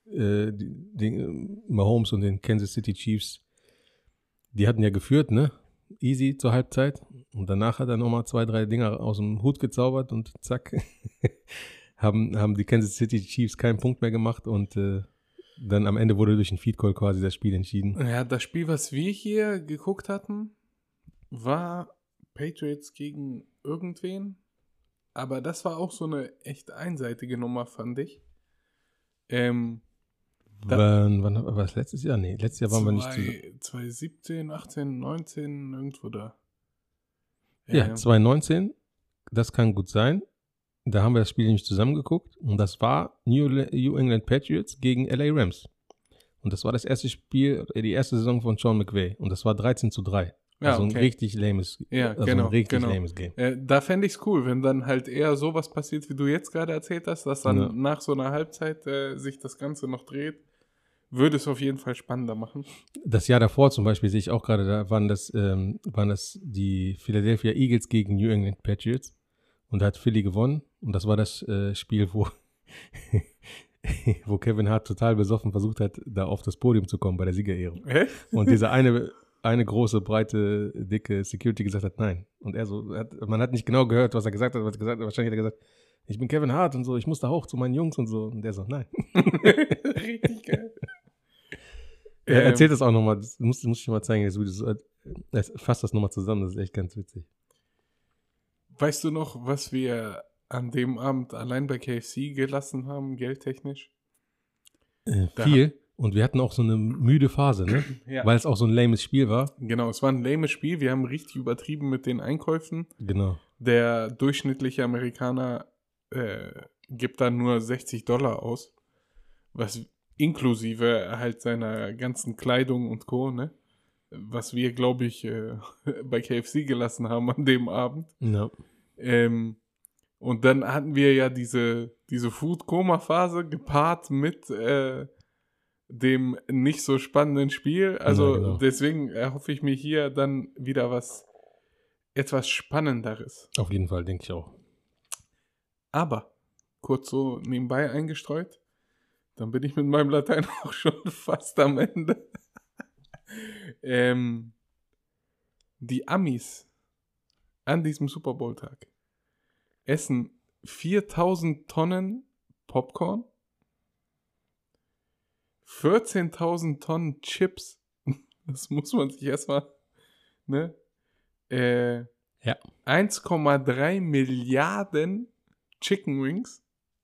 Mahomes und den Kansas City Chiefs, die hatten ja geführt, ne? Easy zur Halbzeit. Und danach hat er nochmal 2, 3 Dinger aus dem Hut gezaubert und zack, haben die Kansas City Chiefs keinen Punkt mehr gemacht und dann am Ende wurde durch einen Feed Call quasi das Spiel entschieden. Ja, das Spiel, was wir hier geguckt hatten, war Patriots gegen irgendwen. Aber das war auch so eine echt einseitige Nummer, fand ich. Wann war das letztes Jahr? Nee, letztes Jahr waren wir nicht zusammen. 2017, 18, 19, irgendwo da. Ja, 2019, das kann gut sein. Da haben wir das Spiel nämlich zusammengeguckt und das war New England Patriots gegen LA Rams. Und das war das erste Spiel, die erste Saison von Sean McVay und das war 13-3. Ja, also okay. ein richtig lames, lames Game. Da fände ich es cool, wenn dann halt eher sowas passiert, wie du jetzt gerade erzählt hast, dass dann nach so einer Halbzeit sich das Ganze noch dreht. Würde es auf jeden Fall spannender machen. Das Jahr davor zum Beispiel sehe ich auch gerade, da waren das die Philadelphia Eagles gegen New England Patriots und da hat Philly gewonnen und das war das Spiel, wo Kevin Hart total besoffen versucht hat, da auf das Podium zu kommen bei der Siegerehrung. Und dieser eine große, breite, dicke Security gesagt hat, nein. Und er so, man hat nicht genau gehört, was er gesagt hat, wahrscheinlich hat er gesagt, ich bin Kevin Hart und so, ich muss da hoch zu meinen Jungs und so. Und der so, nein. Richtig geil. Er erzählt das auch nochmal, das muss ich dir mal zeigen, fasst das nochmal zusammen, das ist echt ganz witzig. Weißt du noch, was wir an dem Abend allein bei KFC gelassen haben, geldtechnisch? Viel. Und wir hatten auch so eine müde Phase, ne? Ja. Weil es auch so ein lames Spiel war. Genau, es war ein lames Spiel. Wir haben richtig übertrieben mit den Einkäufen. Genau. Der durchschnittliche Amerikaner gibt dann nur $60 aus. Was inklusive halt seiner ganzen Kleidung und Co., ne? Was wir, glaube ich, bei KFC gelassen haben an dem Abend. Ja. Und dann hatten wir ja diese Food-Koma-Phase gepaart mit dem nicht so spannenden Spiel. Also Ja, genau. deswegen erhoffe ich mir hier dann wieder etwas Spannenderes. Auf jeden Fall, denke ich auch. Aber, kurz so nebenbei eingestreut, dann bin ich mit meinem Latein auch schon fast am Ende. Die Amis an diesem Super Bowl-Tag essen 4000 Tonnen Popcorn, 14.000 Tonnen Chips. Das muss man sich erstmal, ne? Ja. 1,3 Milliarden Chicken Wings.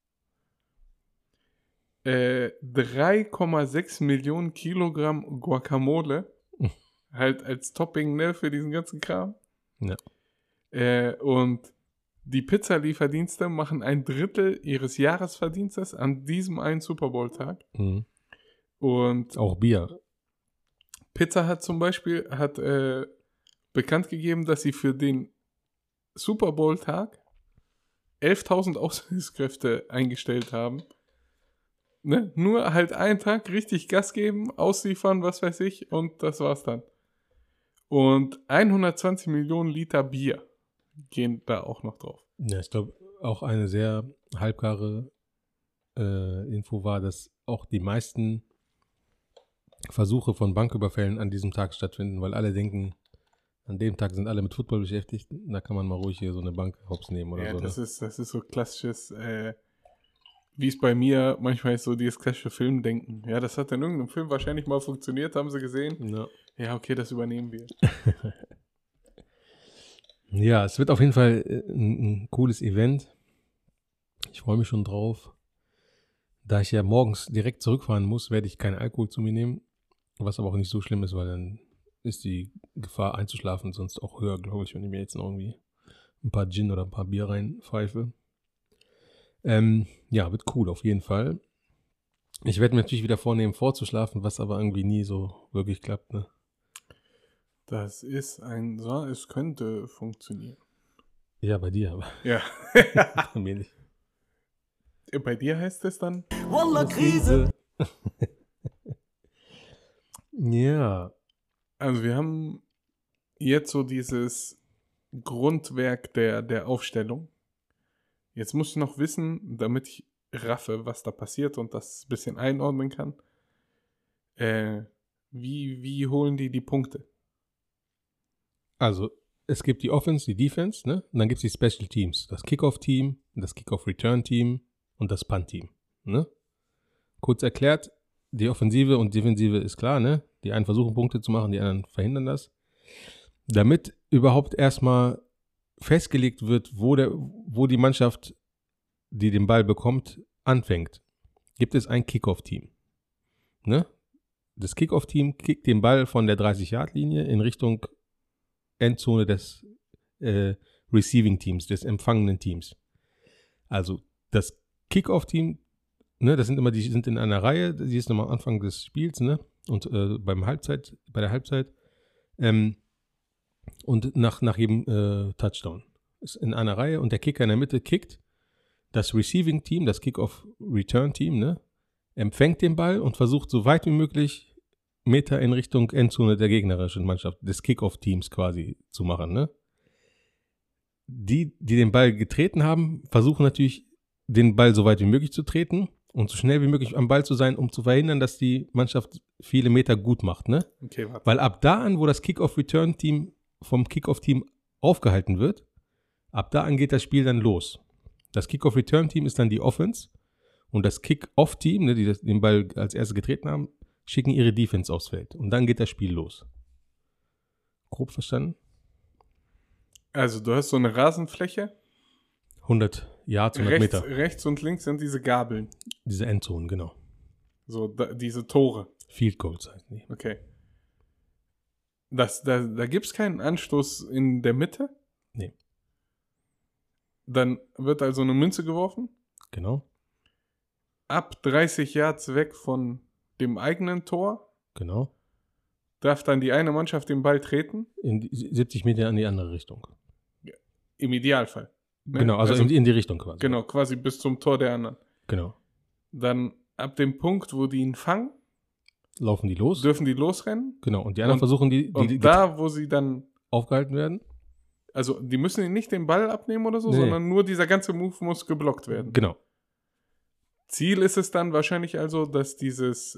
3,6 Millionen Kilogramm Guacamole. Halt als Topping, ne, für diesen ganzen Kram. Ja. Und die Pizzalieferdienste machen 1/3 ihres Jahresverdienstes an diesem einen Super Bowl-Tag. Mhm. Und Auch Bier. Pizza Hut zum Beispiel hat bekannt gegeben, dass sie für den Super Bowl-Tag 11.000 Aushilfskräfte eingestellt haben. Ne? Nur halt einen Tag richtig Gas geben, ausliefern, was weiß ich, und das war's dann. Und 120 Millionen Liter Bier gehen da auch noch drauf. Ja, ich glaube, auch eine sehr halbgare Info war, dass auch die meisten Versuche von Banküberfällen an diesem Tag stattfinden, weil alle denken, an dem Tag sind alle mit Football beschäftigt, da kann man mal ruhig hier so eine Bank hops nehmen oder Ja, so. das ist so klassisches, wie es bei mir manchmal ist, so dieses klassische Filmdenken. Ja, das hat in irgendeinem Film wahrscheinlich mal funktioniert, haben sie gesehen. Ja. Ja, okay, das übernehmen wir. Ja, es wird auf jeden Fall ein cooles Event. Ich freue mich schon drauf. Da ich ja morgens direkt zurückfahren muss, werde ich keinen Alkohol zu mir nehmen. Was aber auch nicht so schlimm ist, weil dann ist die Gefahr einzuschlafen sonst auch höher, glaube ich, wenn ich mir jetzt noch irgendwie ein paar Gin oder ein paar Bier reinpfeife. Ja, wird cool auf jeden Fall. Ich werde mir natürlich wieder vornehmen, vorzuschlafen, was aber irgendwie nie so wirklich klappt, ne? Das ist es könnte funktionieren. Ja, bei dir, aber Ja. bei mir nicht. Bei dir heißt es dann? Wallah, Krise. Ja. Also wir haben jetzt so dieses Grundwerk der Aufstellung. Jetzt muss ich noch wissen, damit ich raffe, was da passiert und das ein bisschen einordnen kann. Wie holen die Punkte? Also, es gibt die Offense, die Defense, ne? Und dann gibt es die Special Teams. Das Kickoff-Team, das Kickoff-Return-Team und das Punt-Team, ne? Kurz erklärt, die Offensive und Defensive ist klar, ne? Die einen versuchen Punkte zu machen, die anderen verhindern das. Damit überhaupt erstmal festgelegt wird, wo die Mannschaft, die den Ball bekommt, anfängt, gibt es ein Kickoff-Team, ne? Das Kickoff-Team kickt den Ball von der 30-Yard-Linie in Richtung Endzone des Receiving-Teams, des empfangenen Teams. Also das Kickoff-Team, ne, das sind immer, die sind in einer Reihe, die ist nochmal am Anfang des Spiels, ne, und bei der Halbzeit, und nach jedem Touchdown ist in einer Reihe und der Kicker in der Mitte kickt. Das Receiving-Team, das Kick-Off-Return-Team, ne, empfängt den Ball und versucht so weit wie möglich Meter in Richtung Endzone der gegnerischen Mannschaft, des Kick-Off-Teams quasi zu machen, ne? Die den Ball getreten haben, versuchen natürlich, den Ball so weit wie möglich zu treten und so schnell wie möglich am Ball zu sein, um zu verhindern, dass die Mannschaft viele Meter gut macht, ne? Okay, warte. Weil ab da an, wo das Kick-Off-Return-Team vom Kick-Off-Team aufgehalten wird, ab da an geht das Spiel dann los. Das Kick-Off-Return-Team ist dann die Offense und das Kick-Off-Team, ne, die den Ball als erstes getreten haben, schicken ihre Defense aufs Feld. Und dann geht das Spiel los. Grob verstanden? Also du hast so eine Rasenfläche. 100 Yards, 100 Meter. Rechts und links sind diese Gabeln. Diese Endzonen, genau. So, diese Tore. Field Goals heißen die. Okay. Da gibt es keinen Anstoß in der Mitte? Nee. Dann wird also eine Münze geworfen. Genau. Ab 30 Yards weg von dem eigenen Tor Genau. darf dann die eine Mannschaft den Ball treten. In die 70 Meter in die andere Richtung. Im Idealfall. Ne? Genau, also in die Richtung quasi. Genau, quasi bis zum Tor der anderen. Genau. Dann ab dem Punkt, wo die ihn fangen, Laufen die los. dürfen die losrennen. Genau. Und die anderen Und- versuchen, die Da, wo sie dann, aufgehalten werden. also die müssen ihnen nicht den Ball abnehmen oder so, Nee. sondern nur dieser ganze Move muss geblockt werden. Genau. Ziel ist es dann wahrscheinlich also, dass dieses,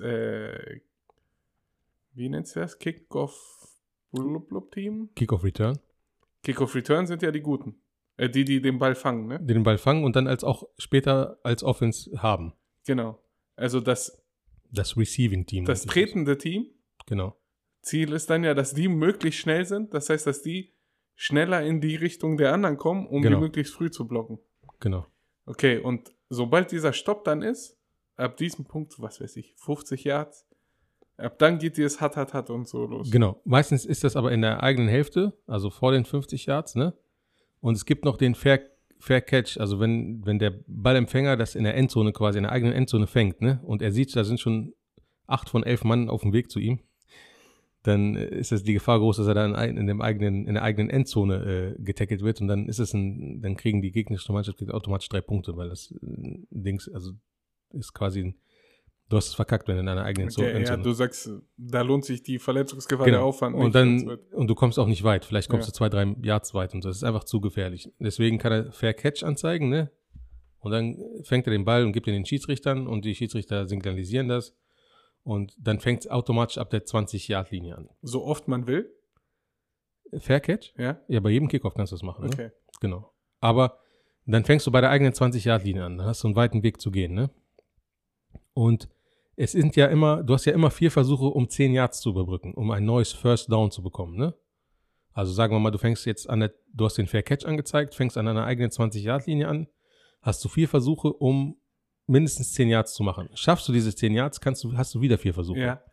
wie nennt sich das? Kick-Off-Team? Kick-Off Return. Kick-Off-Return sind ja die Guten. Die den Ball fangen, ne? Den Ball fangen und dann auch später als Offense haben. Genau. Also das Receiving Team. das tretende Team, Genau. Ziel ist dann ja, dass die möglichst schnell sind. Das heißt, dass die schneller in die Richtung der anderen kommen, um Genau. die möglichst früh zu blocken. Genau. Okay, und sobald dieser Stopp dann ist, ab diesem Punkt, was weiß ich, 50 Yards, ab dann geht dieses Hat und so los. Genau. Meistens ist das aber in der eigenen Hälfte, also vor den 50 Yards, ne? Und es gibt noch den Fair Catch, also wenn der Ballempfänger das in der Endzone quasi, in der eigenen Endzone fängt, ne? Und er sieht, da sind schon 8 von 11 Mann auf dem Weg zu ihm, dann ist das die Gefahr groß, dass er dann in der eigenen Endzone getackelt wird und dann dann kriegen die gegnerische Mannschaft automatisch 3 Punkte, weil das Dings, also ist quasi du hast es verkackt, wenn du in deiner eigenen Okay, ja, Endzone. du sagst, da lohnt sich die Verletzungsgefahr, Genau. der Aufwand Und nicht. dann, und du kommst auch nicht weit. Vielleicht kommst Ja. du 2-3 Yards weit und das ist einfach zu gefährlich. Deswegen kann er Fair Catch anzeigen, ne? Und dann fängt er den Ball und gibt ihn den Schiedsrichtern und die Schiedsrichter signalisieren das. Und dann fängt es automatisch ab der 20-Yard-Linie an. So oft man will, Fair Catch? ja? Ja, bei jedem Kickoff kannst du das machen, ne? Okay. Genau. Aber dann fängst du bei der eigenen 20-Yard-Linie an. Dann hast du einen weiten Weg zu gehen, ne? Und es sind ja immer, du hast ja immer 4 Versuche, um 10 Yards zu überbrücken, um ein neues First Down zu bekommen, ne? Also sagen wir mal, du fängst jetzt du hast den Fair Catch angezeigt, fängst an deiner eigenen 20-Yard-Linie an, hast du 4 Versuche, um mindestens 10 Yards zu machen. Schaffst du diese 10 Yards, hast du wieder 4 Versuche. Ja.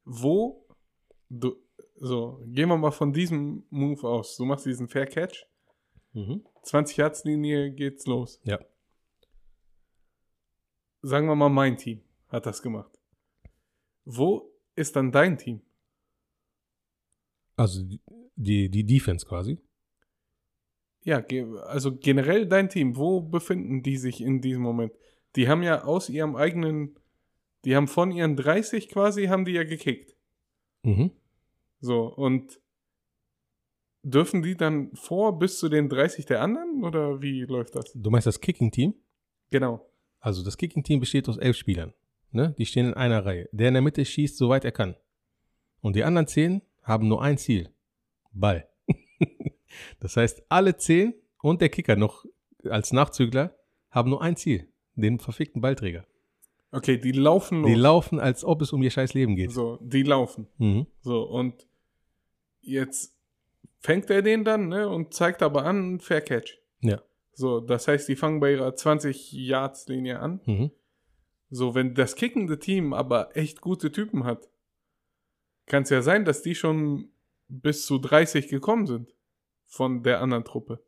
Gehen wir mal von diesem Move aus. Du machst diesen Fair Catch, Mhm. 20 Yards Linie geht's los. Ja. Sagen wir mal, mein Team hat das gemacht. Wo ist dann dein Team? Also die Defense quasi. Ja, also generell dein Team. Wo befinden die sich in diesem Moment? Die haben ja aus ihrem eigenen, die haben von ihren 30 quasi, haben die ja gekickt. Mhm. So, und dürfen die dann bis zu den 30 der anderen? Oder wie läuft das? Du meinst das Kicking-Team? Genau. Also das Kicking-Team besteht aus 11 Spielern. Ne? Die stehen in einer Reihe. Der in der Mitte schießt, soweit er kann. Und die anderen 10 haben nur ein Ziel. Ball. Das heißt, alle 10 und der Kicker noch als Nachzügler haben nur ein Ziel. Den verfickten Ballträger. Okay, die laufen los. Die laufen, als ob es um ihr scheiß Leben geht. So, die laufen. Mhm. So, und jetzt fängt er den dann, ne, und zeigt aber an, Fair Catch. Ja. So, das heißt, die fangen bei ihrer 20-Yards-Linie an. Mhm. So, wenn das kickende Team aber echt gute Typen hat, kann es ja sein, dass die schon bis zu 30 gekommen sind von der anderen Truppe.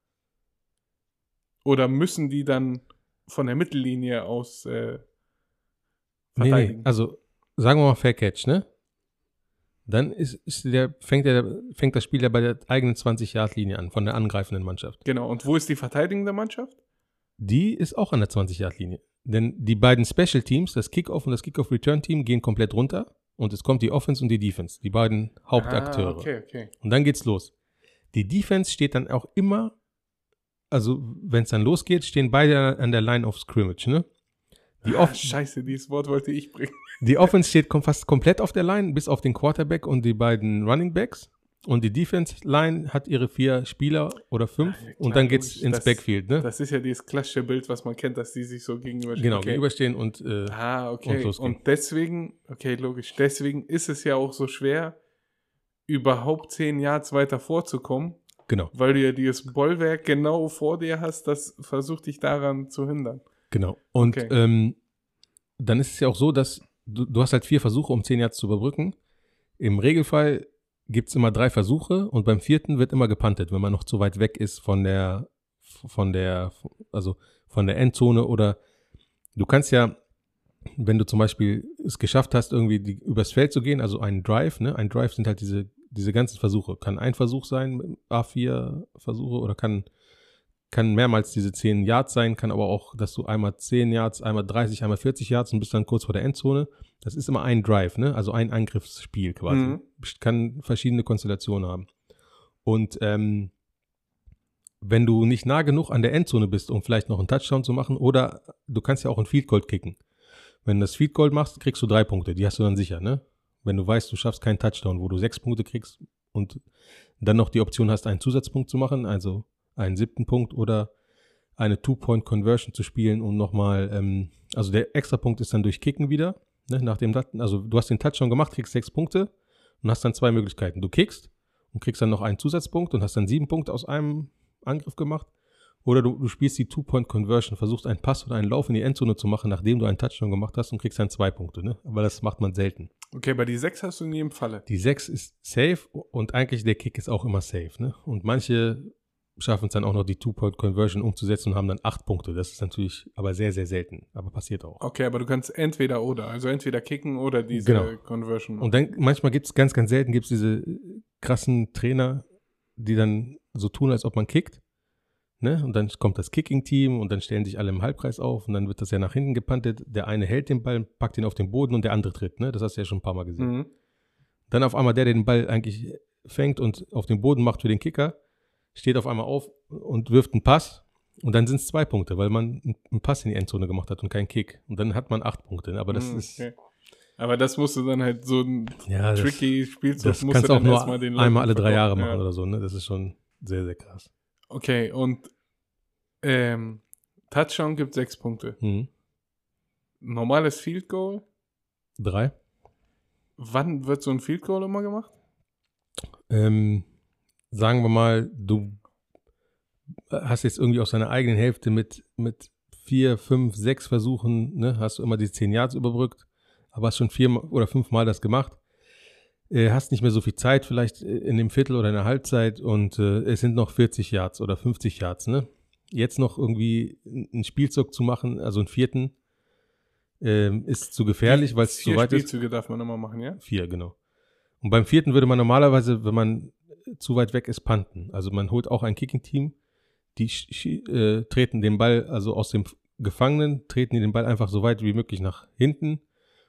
Oder müssen die dann von der Mittellinie aus verteidigen? Nee. Also, sagen wir mal Fair Catch, ne? Dann fängt das Spiel ja bei der eigenen 20-Yard-Linie an, von der angreifenden Mannschaft. Genau, und wo ist die verteidigende Mannschaft? Die ist auch an der 20-Yard-Linie. Denn die beiden Special Teams, das Kickoff und das Kickoff-Return-Team, gehen komplett runter und es kommt die Offense und die Defense, die beiden Hauptakteure. Okay. Und dann geht's los. Die Defense steht dann auch immer, also wenn es dann losgeht, stehen beide an der Line of Scrimmage, ne? Scheiße, dieses Wort wollte ich bringen. Die Offense steht fast komplett auf der Line, bis auf den Quarterback und die beiden Running Backs. Und die Defense-Line hat ihre 4 Spieler oder 5 Ja, klar, und dann geht's logisch. ins Backfield, ne? Das ist ja dieses klassische Bild, was man kennt, dass die sich so gegenüberstehen. Genau, okay. gegenüberstehen und Okay. losgehen. Und deswegen, okay, logisch, deswegen ist es ja auch so schwer, überhaupt 10 Yards weiter vorzukommen, genau, weil du ja dieses Bollwerk genau vor dir hast, das versucht dich daran zu hindern. genau. Und Okay. dann ist es ja auch so, dass du hast halt 4 Versuche, um 10 Yards zu überbrücken. Im Regelfall gibt es immer 3 Versuche und beim 4. wird immer gepuntet, wenn man noch zu weit weg ist von der Endzone, oder du kannst ja, wenn du zum Beispiel es geschafft hast, irgendwie übers Feld zu gehen, also einen Drive, ne? Ein Drive sind halt diese ganzen Versuche. Kann ein Versuch sein, A4 Versuche, oder kann mehrmals diese 10 Yards sein, kann aber auch, dass du einmal 10 Yards, einmal 30, einmal 40 Yards und bist dann kurz vor der Endzone. Das ist immer ein Drive, ne? Also ein Angriffsspiel quasi. Mhm. Kann verschiedene Konstellationen haben. Und wenn du nicht nah genug an der Endzone bist, um vielleicht noch einen Touchdown zu machen, oder du kannst ja auch ein Field Goal kicken. Wenn du das Field Goal machst, kriegst du 3 Punkte. Die hast du dann sicher, ne? Wenn du weißt, du schaffst keinen Touchdown, wo du 6 Punkte kriegst und dann noch die Option hast, einen Zusatzpunkt zu machen, also einen 7. Punkt oder eine 2-Point-Conversion zu spielen, um nochmal, also der Extrapunkt ist dann durch Kicken wieder, ne? Also du hast den Touchdown gemacht, kriegst 6 Punkte und hast dann 2 Möglichkeiten. Du kickst und kriegst dann noch einen Zusatzpunkt und hast dann 7 Punkte aus einem Angriff gemacht. Oder du spielst die 2-Point-Conversion, versuchst einen Pass oder einen Lauf in die Endzone zu machen, nachdem du einen Touchdown gemacht hast, und kriegst dann 2 Punkte, ne? Aber das macht man selten. Okay, aber die 6 hast du in jedem Falle. Die 6 ist safe und eigentlich der Kick ist auch immer safe, ne? Und manche schaffen es dann auch noch, die 2-Point-Conversion umzusetzen und haben dann 8 Punkte. Das ist natürlich aber sehr, sehr selten, aber passiert auch. Okay, aber du kannst entweder oder, also entweder kicken oder diese Genau. Conversion. Und dann manchmal gibt es ganz, ganz selten diese krassen Trainer, die dann so tun, als ob man kickt. Ne? Und dann kommt das Kicking-Team und dann stellen sich alle im Halbkreis auf und dann wird das ja nach hinten gepuntet. Der eine hält den Ball, packt ihn auf den Boden und der andere tritt. Ne? Das hast du ja schon ein paar Mal gesehen. Mhm. Dann auf einmal der den Ball eigentlich fängt und auf den Boden macht für den Kicker, steht auf einmal auf und wirft einen Pass und dann sind es 2 Punkte, weil man einen Pass in die Endzone gemacht hat und keinen Kick. Und dann hat man 8 Punkte. Ne? Aber das ist... Okay. Aber das musst du dann halt so ein Ja, tricky Spielzug, das musst kannst du du auch dann nur erstmal den einmal alle Leuten 3 Jahre verkaufen. machen Ja. oder so. Ne? Das ist schon sehr, sehr krass. Okay, und Touchdown gibt 6 Punkte. Mhm. Normales Field Goal, 3. wann wird so ein Field Goal immer gemacht? Sagen wir mal, du hast jetzt irgendwie aus deiner eigenen Hälfte mit 4, 5, 6 Versuchen, ne, hast du immer die 10 Yards überbrückt, aber hast schon 4 oder 5 Mal das gemacht. Hast nicht mehr so viel Zeit, vielleicht in dem Viertel oder in der Halbzeit, und es sind noch 40 Yards oder 50 Yards, ne? Jetzt noch irgendwie einen Spielzug zu machen, also einen 4., ist zu gefährlich, weil es zu 4 weit ist. Spielzüge darf man immer machen, ja? 4, genau. Und beim 4. würde man normalerweise, wenn man zu weit weg ist, punten. Also man holt auch ein Kicking-Team, die treten den Ball, also aus dem Gefangenen, treten die den Ball einfach so weit wie möglich nach hinten,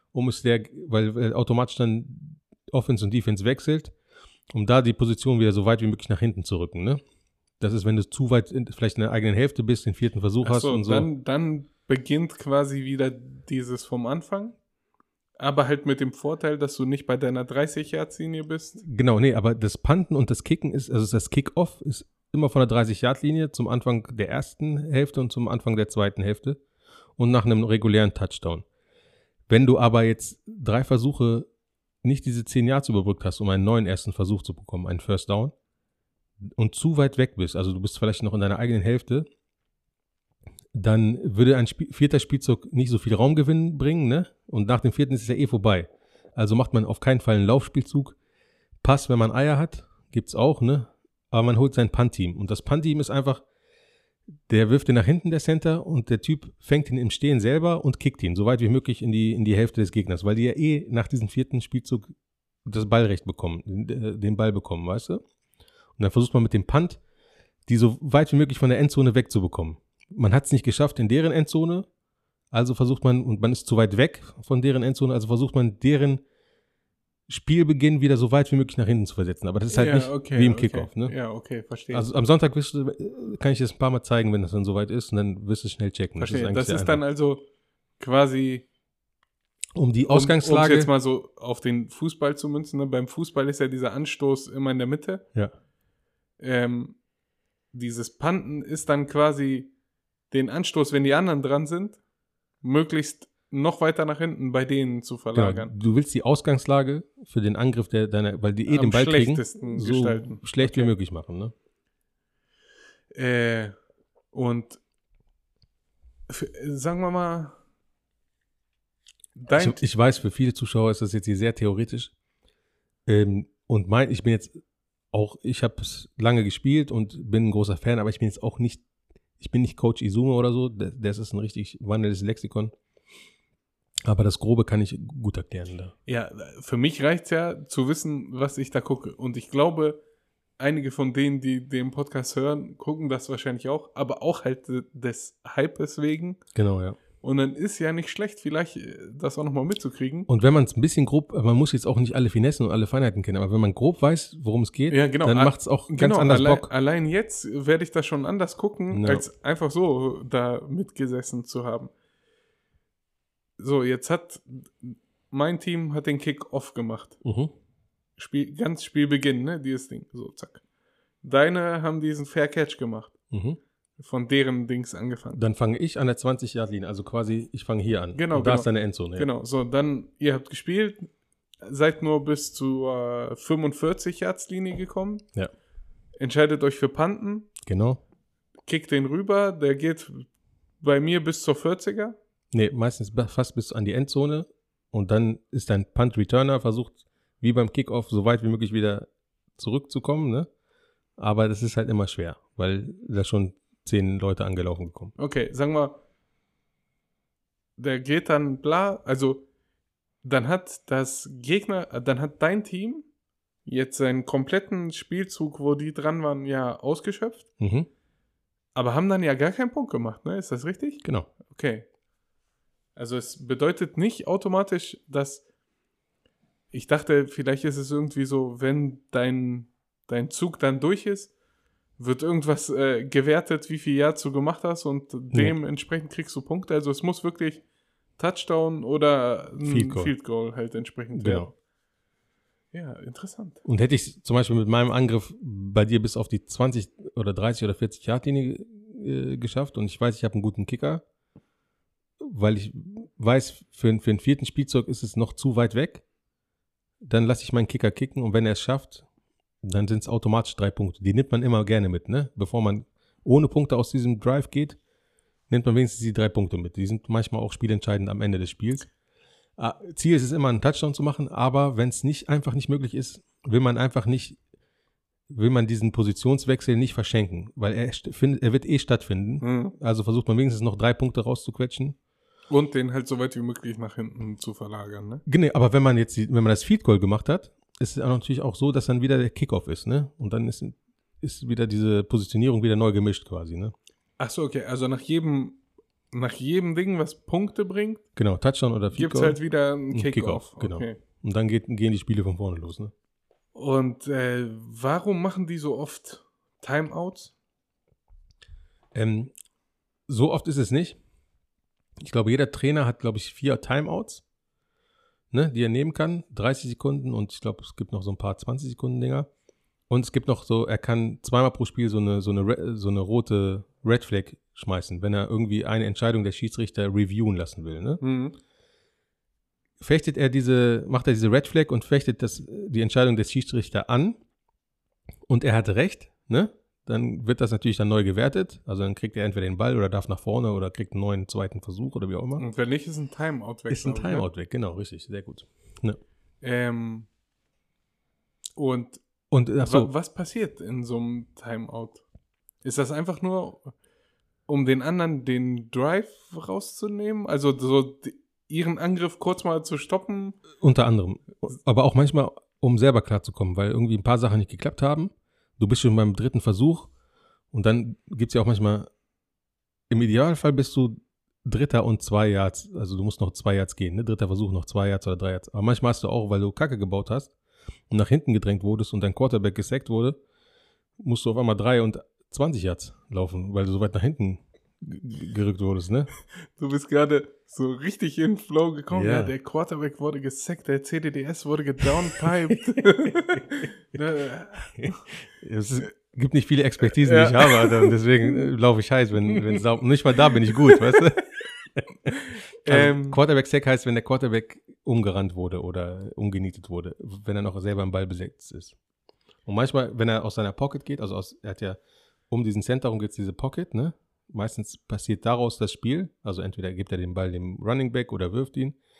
weil automatisch dann Offense und Defense wechselt, um da die Position wieder so weit wie möglich nach hinten zu rücken, ne? Das ist, wenn du zu weit vielleicht in der eigenen Hälfte bist, den 4. Versuch hast und so. Dann beginnt quasi wieder dieses vom Anfang, aber halt mit dem Vorteil, dass du nicht bei deiner 30-Yard-Linie bist. Genau, nee, aber das Punten und das Kicken ist, also das Kick-Off ist immer von der 30-Yard-Linie zum Anfang der ersten Hälfte und zum Anfang der zweiten Hälfte und nach einem regulären Touchdown. Wenn du aber jetzt 3 Versuche nicht diese 10 Yards überbrückt hast, um einen neuen ersten Versuch zu bekommen, einen First Down, und zu weit weg bist, also du bist vielleicht noch in deiner eigenen Hälfte, dann würde ein 4. Spielzug nicht so viel Raumgewinn bringen, ne? Und nach dem 4. ist es ja vorbei. Also macht man auf keinen Fall einen Laufspielzug. Pass, wenn man Eier hat, gibt's auch, ne? Aber man holt sein Punt-Team. Und das Punt-Team ist einfach, der wirft den nach hinten, der Center, und der Typ fängt ihn im Stehen selber und kickt ihn so weit wie möglich in die Hälfte des Gegners, weil die ja nach diesem 4. Spielzug das Ballrecht bekommen, den Ball bekommen, weißt du? Und dann versucht man mit dem Punt, die so weit wie möglich von der Endzone wegzubekommen. Man hat es nicht geschafft in deren Endzone, also versucht man, und man ist zu weit weg von deren Endzone, also versucht man deren Spielbeginn wieder so weit wie möglich nach hinten zu versetzen. Aber das ist halt nicht wie im Kickoff, ne? Ja, okay, verstehe. Also am Sonntag kann ich das ein paar Mal zeigen, wenn das dann soweit ist, und dann wirst du es schnell checken. Verstehe. Das ist dann also quasi um die Ausgangslage. Um jetzt mal so auf den Fußball zu münzen, ne? Beim Fußball ist ja dieser Anstoß immer in der Mitte. Ja. Dieses Punten ist dann quasi den Anstoß, wenn die anderen dran sind, möglichst noch weiter nach hinten bei denen zu verlagern. Genau. Du willst die Ausgangslage für den Angriff weil die den Ball kriegen, so gestalten. schlecht wie möglich machen, ne? Und sagen wir mal, Ich weiß, für viele Zuschauer ist das jetzt hier sehr theoretisch. Und ich bin jetzt auch, ich habe es lange gespielt und bin ein großer Fan, aber ich bin jetzt auch nicht, ich bin nicht Coach Izume oder so, das ist ein richtig wandelndes Lexikon. Aber das Grobe kann ich gut erklären da. Ja, für mich reicht es ja zu wissen, was ich da gucke. Und ich glaube, einige von denen, die den Podcast hören, gucken das wahrscheinlich auch, aber auch halt des Hypes wegen. Genau, ja. Und dann ist ja nicht schlecht, vielleicht das auch nochmal mitzukriegen. Und wenn man es ein bisschen grob, man muss jetzt auch nicht alle Finessen und alle Feinheiten kennen, aber wenn man grob weiß, worum es geht, ja, genau. dann macht es auch ganz anders Bock. Allein jetzt werde ich das schon anders gucken, als einfach so da mitgesessen zu haben. So, jetzt hat mein Team den Kick-Off gemacht. Ganz Spielbeginn, ne, dieses Ding. So, zack. Deine haben diesen Fair Catch gemacht. Von deren Dings angefangen. Dann fange ich an der 20-Yard-Linie, also quasi, ich fange hier an. Genau, und da ist deine Endzone. Ja. Genau, so, dann, ihr habt gespielt, seid nur bis zur 45-Yards-Linie gekommen. Ja. Entscheidet euch für Punten. Genau. Kickt den rüber, der geht bei mir bis zur 40er. Nee, meistens fast bis an die Endzone. Und dann ist dein Punt-Returner versucht, wie beim Kickoff, so weit wie möglich wieder zurückzukommen, ne? Aber das ist halt immer schwer, weil da schon 10 Leute angelaufen gekommen. Okay, sagen wir, der geht dann also dann hat dein Team jetzt seinen kompletten Spielzug, wo die dran waren, ja ausgeschöpft, aber haben dann ja gar keinen Punkt gemacht, ne? Ist das richtig? Genau. Okay. Also es bedeutet nicht automatisch, dass ich dachte, vielleicht ist es irgendwie so, wenn dein Zug dann durch ist, wird irgendwas gewertet, wie viel Yards du gemacht hast und dementsprechend kriegst du Punkte. Also es muss wirklich Touchdown oder ein Field Goal halt entsprechend werden. Ja, interessant. Und hätte ich zum Beispiel mit meinem Angriff bei dir bis auf die 20 oder 30 oder 40 Yard-Linie geschafft und ich weiß, ich habe einen guten Kicker, weil ich weiß, für einen vierten Spielzug ist es noch zu weit weg, dann lasse ich meinen Kicker kicken und wenn er es schafft, dann sind es automatisch 3 Punkte. Die nimmt man immer gerne mit, ne? Bevor man ohne Punkte aus diesem Drive geht, nimmt man wenigstens die 3 Punkte mit. Die sind manchmal auch spielentscheidend am Ende des Spiels. Ziel ist es immer, einen Touchdown zu machen, aber wenn es einfach nicht möglich ist, will man diesen Positionswechsel nicht verschenken, weil er wird stattfinden. Also versucht man wenigstens noch 3 Punkte rauszuquetschen. Und den halt so weit wie möglich nach hinten zu verlagern, ne? Genau, aber wenn man das Field Goal gemacht hat, ist es auch natürlich auch so, dass dann wieder der Kickoff ist, ne? Und dann ist wieder diese Positionierung wieder neu gemischt quasi, ne? Ach so, okay. Also nach jedem Ding, was Punkte bringt, genau, Touchdown oder Field Goal, gibt's halt wieder einen Kickoff. Genau. Okay. Und dann gehen die Spiele von vorne los, ne? Und warum machen die so oft Timeouts? So oft ist es nicht. Ich glaube, jeder Trainer hat, 4 Timeouts, ne, die er nehmen kann. 30 Sekunden und ich glaube, es gibt noch so ein paar 20-Sekunden-Dinger. Und es gibt noch so, er kann zweimal pro Spiel so eine rote Red Flag schmeißen, wenn er irgendwie eine Entscheidung der Schiedsrichter reviewen lassen will, ne? Macht er diese Red Flag und fechtet die Entscheidung des Schiedsrichters an und er hat recht, ne? Dann wird das natürlich dann neu gewertet. Also dann kriegt er entweder den Ball oder darf nach vorne oder kriegt einen neuen zweiten Versuch oder wie auch immer. Und wenn nicht, ist ein Timeout weg. Ist ein Timeout weg, genau, richtig, sehr gut. Ne? Was passiert in so einem Timeout? Ist das einfach nur, um den anderen den Drive rauszunehmen? Also so ihren Angriff kurz mal zu stoppen? Unter anderem. Aber auch manchmal, um selber klarzukommen, weil irgendwie ein paar Sachen nicht geklappt haben. Du bist schon beim 3. Versuch und dann gibt es ja auch manchmal, im Idealfall bist du 3. und 2 Yards, also du musst noch 2 Yards gehen, ne? 3. Versuch noch 2 Yards oder 3 Yards. Aber manchmal hast du auch, weil du Kacke gebaut hast und nach hinten gedrängt wurdest und dein Quarterback gesackt wurde, musst du auf einmal 3 und 20 Yards laufen, weil du so weit nach hinten gerückt wurdest, ne? Du bist gerade so richtig in den Flow gekommen. Ja. Ja, der Quarterback wurde gesackt, der CDDS wurde gedownpiped. Es gibt nicht viele Expertisen, die ich habe, Alter, und deswegen laufe ich heiß, wenn nicht mal da bin ich gut, weißt du? Also Quarterback-Sack heißt, wenn der Quarterback umgerannt wurde oder umgenietet wurde, wenn er noch selber im Ball besetzt ist. Und manchmal, wenn er aus seiner Pocket geht, er hat ja um diesen Center herum gibt es diese Pocket, ne? Meistens passiert daraus das Spiel, also entweder gibt er den Ball dem Running Back oder wirft ihn.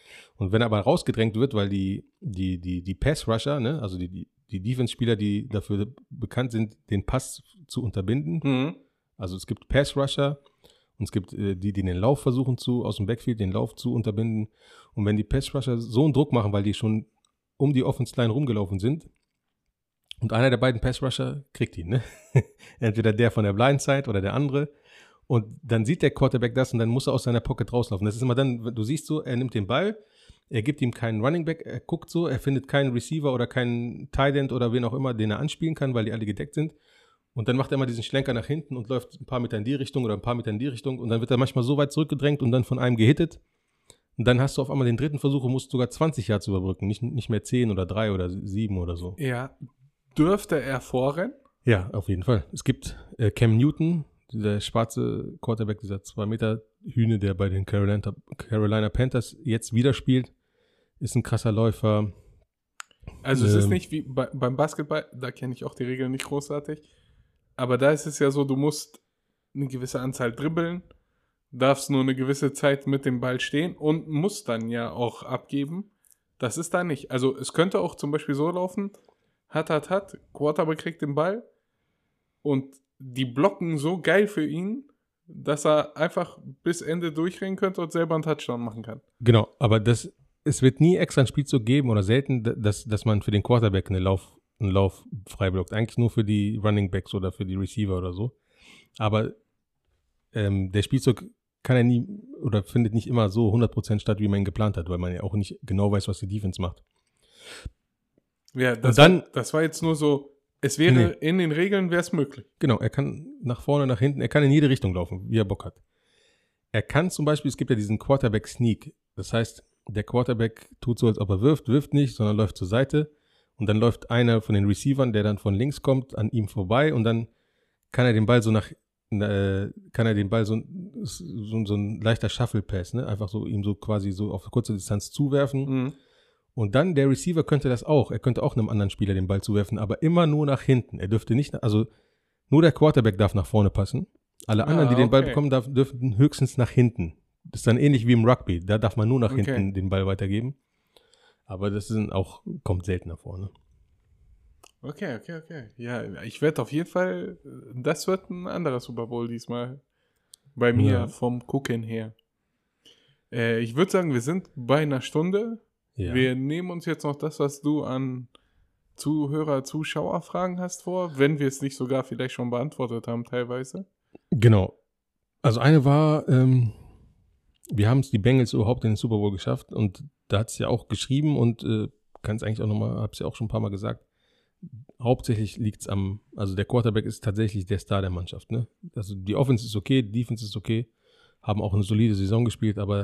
Und wenn er aber rausgedrängt wird, weil die Pass-Rusher, ne, also die Defense-Spieler, die dafür bekannt sind, den Pass zu unterbinden, also es gibt Pass-Rusher und es gibt die den Lauf versuchen aus dem Backfield den Lauf zu unterbinden. Und wenn die Pass-Rusher so einen Druck machen, weil die schon um die Offense-Line rumgelaufen sind, und einer der beiden Pass-Rusher kriegt ihn, ne? Entweder der von der Blindside oder der andere. Und dann sieht der Quarterback das und dann muss er aus seiner Pocket rauslaufen. Das ist immer dann, du siehst so, er nimmt den Ball, er gibt ihm keinen Running Back, er guckt so, er findet keinen Receiver oder keinen Tight End oder wen auch immer, den er anspielen kann, weil die alle gedeckt sind. Und dann macht er immer diesen Schlenker nach hinten und läuft ein paar Meter in die Richtung oder ein paar Meter in die Richtung. Und dann wird er manchmal so weit zurückgedrängt und dann von einem gehittet. Und dann hast du auf einmal den dritten Versuch und musst sogar 20 Yards überbrücken, nicht mehr 10 oder 3 oder 7 oder so. Ja, dürfte er vorrennen? Ja, auf jeden Fall. Es gibt Cam Newton, der schwarze Quarterback, dieser 2-Meter-Hühne, der bei den Carolina Panthers jetzt wieder spielt, ist ein krasser Läufer. Also es ist nicht wie beim Basketball, da kenne ich auch die Regeln nicht großartig, aber da ist es ja so, du musst eine gewisse Anzahl dribbeln, darfst nur eine gewisse Zeit mit dem Ball stehen und musst dann ja auch abgeben. Das ist da nicht. Also es könnte auch zum Beispiel so laufen, Quarterback kriegt den Ball und die blocken so geil für ihn, dass er einfach bis Ende durchrennen könnte und selber einen Touchdown machen kann. Genau, aber es wird nie extra einen Spielzug geben oder selten, dass man für den Quarterback einen Lauf frei blockt. Eigentlich nur für die Running Backs oder für die Receiver oder so. Aber der Spielzug kann er nie oder findet nicht immer so 100% statt, wie man ihn geplant hat, weil man ja auch nicht genau weiß, was die Defense macht. Ja, das war jetzt nur so, es wäre in den Regeln wäre es möglich. Genau, er kann nach vorne, nach hinten, er kann in jede Richtung laufen, wie er Bock hat. Er kann zum Beispiel, es gibt ja diesen Quarterback-Sneak. Das heißt, der Quarterback tut so, als ob er wirft nicht, sondern läuft zur Seite. Und dann läuft einer von den Receivern, der dann von links kommt, an ihm vorbei. Und dann kann er den Ball so ein leichter Shuffle-Pass, ne? Einfach so ihm so quasi so auf kurze Distanz zuwerfen. Mhm. Und dann der Receiver könnte das auch. Er könnte auch einem anderen Spieler den Ball zuwerfen, aber immer nur nach hinten. Er dürfte nicht, also nur der Quarterback darf nach vorne passen. Alle anderen, die den Ball bekommen, dürfen höchstens nach hinten. Das ist dann ähnlich wie im Rugby. Da darf man nur nach hinten den Ball weitergeben. Aber das kommt seltener vor, ne? Okay. Ja, ich werde auf jeden Fall, das wird ein anderer Super Bowl diesmal. Bei mir vom Gucken her. Ich würde sagen, wir sind bei einer Stunde. Ja. Wir nehmen uns jetzt noch das, was du an Zuschauerfragen hast vor, wenn wir es nicht sogar vielleicht schon beantwortet haben teilweise. Genau. Also eine war, wir haben es die Bengals überhaupt in den Super Bowl geschafft und da hat es ja auch geschrieben und kann es eigentlich auch nochmal, habe es ja auch schon ein paar Mal gesagt, hauptsächlich liegt es also der Quarterback ist tatsächlich der Star der Mannschaft, ne? Also die Offense ist okay, die Defense ist okay, haben auch eine solide Saison gespielt, aber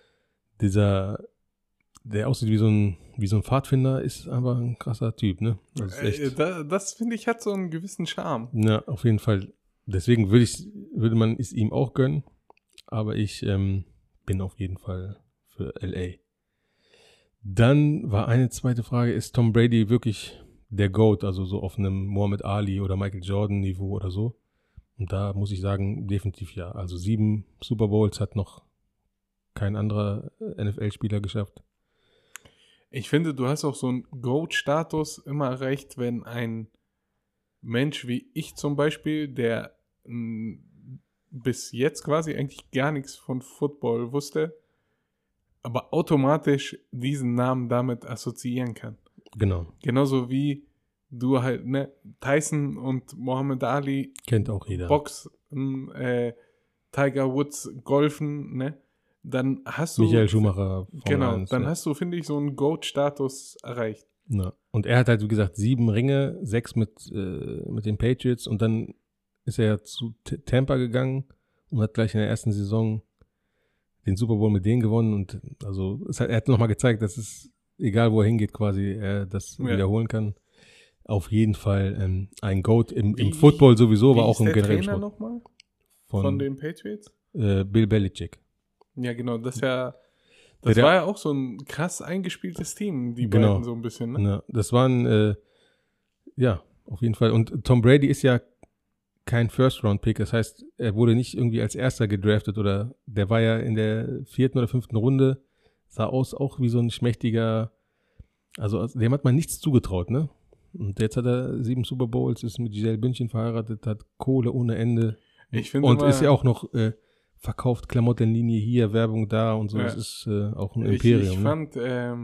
der aussieht wie so ein Pfadfinder, ist einfach ein krasser Typ, ne? Das finde ich, hat so einen gewissen Charme. Ja, auf jeden Fall. Deswegen würde man es ihm auch gönnen, aber ich bin auf jeden Fall für LA. Dann war eine zweite Frage, ist Tom Brady wirklich der GOAT, also so auf einem Muhammad Ali oder Michael Jordan Niveau oder so? Und da muss ich sagen, definitiv ja. Also 7 Super Bowls hat noch kein anderer NFL-Spieler geschafft. Ich finde, du hast auch so einen GOAT-Status immer erreicht, wenn ein Mensch wie ich zum Beispiel, der bis jetzt quasi eigentlich gar nichts von Football wusste, aber automatisch diesen Namen damit assoziieren kann. Genau. Genauso wie du halt, ne, Tyson und Muhammad Ali kennt auch jeder. Boxen, Tiger Woods Golfen, ne? Dann hast du Michael Schumacher. Genau, 1, dann hast du, finde ich, so einen GOAT-Status erreicht. Ja. Und er hat halt, wie gesagt, 7 Ringe, 6 mit den Patriots und dann ist er zu Tampa gegangen und hat gleich in der ersten Saison den Super Bowl mit denen gewonnen und also er hat nochmal gezeigt, dass es, egal wo er hingeht quasi, er das wiederholen kann. Auf jeden Fall ein GOAT im Football sowieso, aber auch im generellen Sport. Wie ist der Trainer nochmal? Von den Patriots? Bill Belichick. Ja, genau, das war ja auch so ein krass eingespieltes Team, die beiden so ein bisschen, ne? Ja, das waren, auf jeden Fall. Und Tom Brady ist ja kein First-Round-Pick, das heißt, er wurde nicht irgendwie als Erster gedraftet oder der war ja in der 4. oder 5. Runde, sah aus auch wie so ein schmächtiger, also dem hat man nichts zugetraut, ne? Und jetzt hat er 7 Super Bowls, ist mit Gisele Bündchen verheiratet, hat Kohle ohne Ende. Ich finde Und immer, ist ja auch noch verkauft Klamottenlinie hier, Werbung da und so. Ja. Das ist auch ein Imperium. Ich fand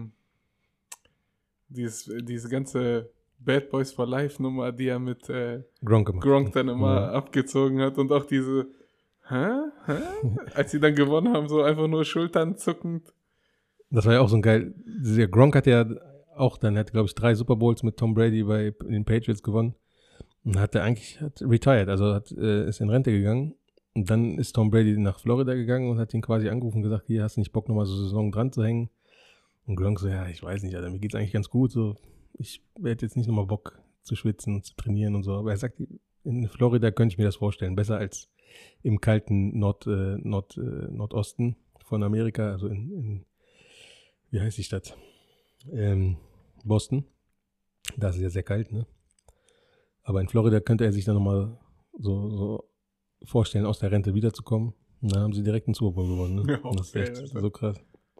diese ganze Bad Boys for Life Nummer, die er mit Gronk dann immer abgezogen hat und auch diese als sie dann gewonnen haben, so einfach nur Schultern zuckend. Das war ja auch so ein geil. Der Gronk hat ja auch dann, hat glaube ich 3 Super Bowls mit Tom Brady bei den Patriots gewonnen und hat retired, also ist in Rente gegangen. Und dann ist Tom Brady nach Florida gegangen und hat ihn quasi angerufen und gesagt, hier, hast du nicht Bock, nochmal so eine Saison dran zu hängen? Und Gronk so, ja, ich weiß nicht, Alter, mir geht's eigentlich ganz gut, so, ich werde jetzt nicht nochmal Bock zu schwitzen und zu trainieren und so. Aber er sagt, in Florida könnte ich mir das vorstellen, besser als im kalten Nordosten von Amerika, also in wie heißt die Stadt? Boston. Da ist es ja sehr kalt, ne? Aber in Florida könnte er sich dann nochmal so vorstellen, aus der Rente wiederzukommen. Und dann haben sie direkt einen Super Bowl gewonnen, ne? Ja, Und das ist echt Alter. so krass.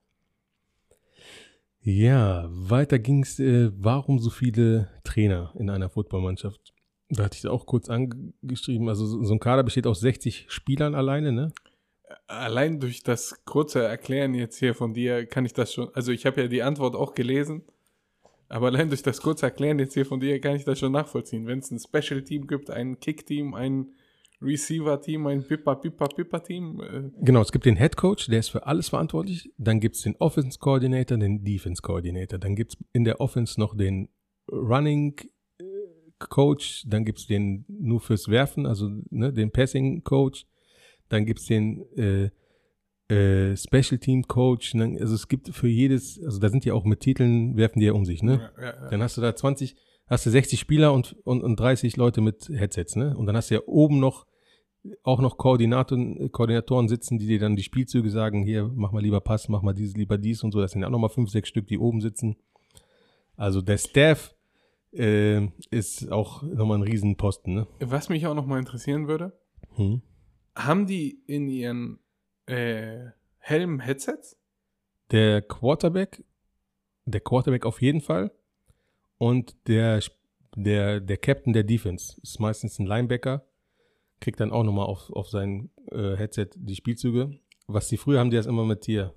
Ja, weiter ging's. Warum so viele Trainer in einer Footballmannschaft? Da hatte ich auch kurz angeschrieben. Also so ein Kader besteht aus 60 Spielern alleine, ne? Allein durch das kurze Erklären jetzt hier von dir kann ich das schon, also ich habe ja die Antwort auch gelesen, aber allein durch das kurze Erklären jetzt hier von dir kann ich das schon nachvollziehen. Wenn es ein Special-Team gibt, ein Kick-Team, ein Receiver-Team, ein Pippa-Team. Genau, es gibt den Head Coach, der ist für alles verantwortlich. Dann gibt es den Offense Coordinator, den Defense Coordinator. Dann gibt es in der Offense noch den Running Coach. Dann gibt es den nur fürs Werfen, also ne, den Passing Coach. Dann gibt es den Special Team Coach. Also es gibt für jedes, also da sind die auch mit Titeln, werfen die ja um sich, ne? Ja. Dann hast du da 60 Spieler und 30 Leute mit Headsets, ne? Und dann hast du ja oben auch noch Koordinatoren sitzen, die dir dann die Spielzüge sagen, hier, mach mal lieber Pass, mach mal dieses, lieber dies und so. Das sind ja auch nochmal 5, 6 Stück, die oben sitzen. Also der Staff ist auch nochmal ein Riesenposten, ne? Was mich auch nochmal interessieren würde, haben die in ihren Helm Headsets? Der Quarterback auf jeden Fall und der Captain der Defense ist meistens ein Linebacker, kriegt dann auch nochmal auf sein Headset die Spielzüge. Was die früher haben, die das immer mit dir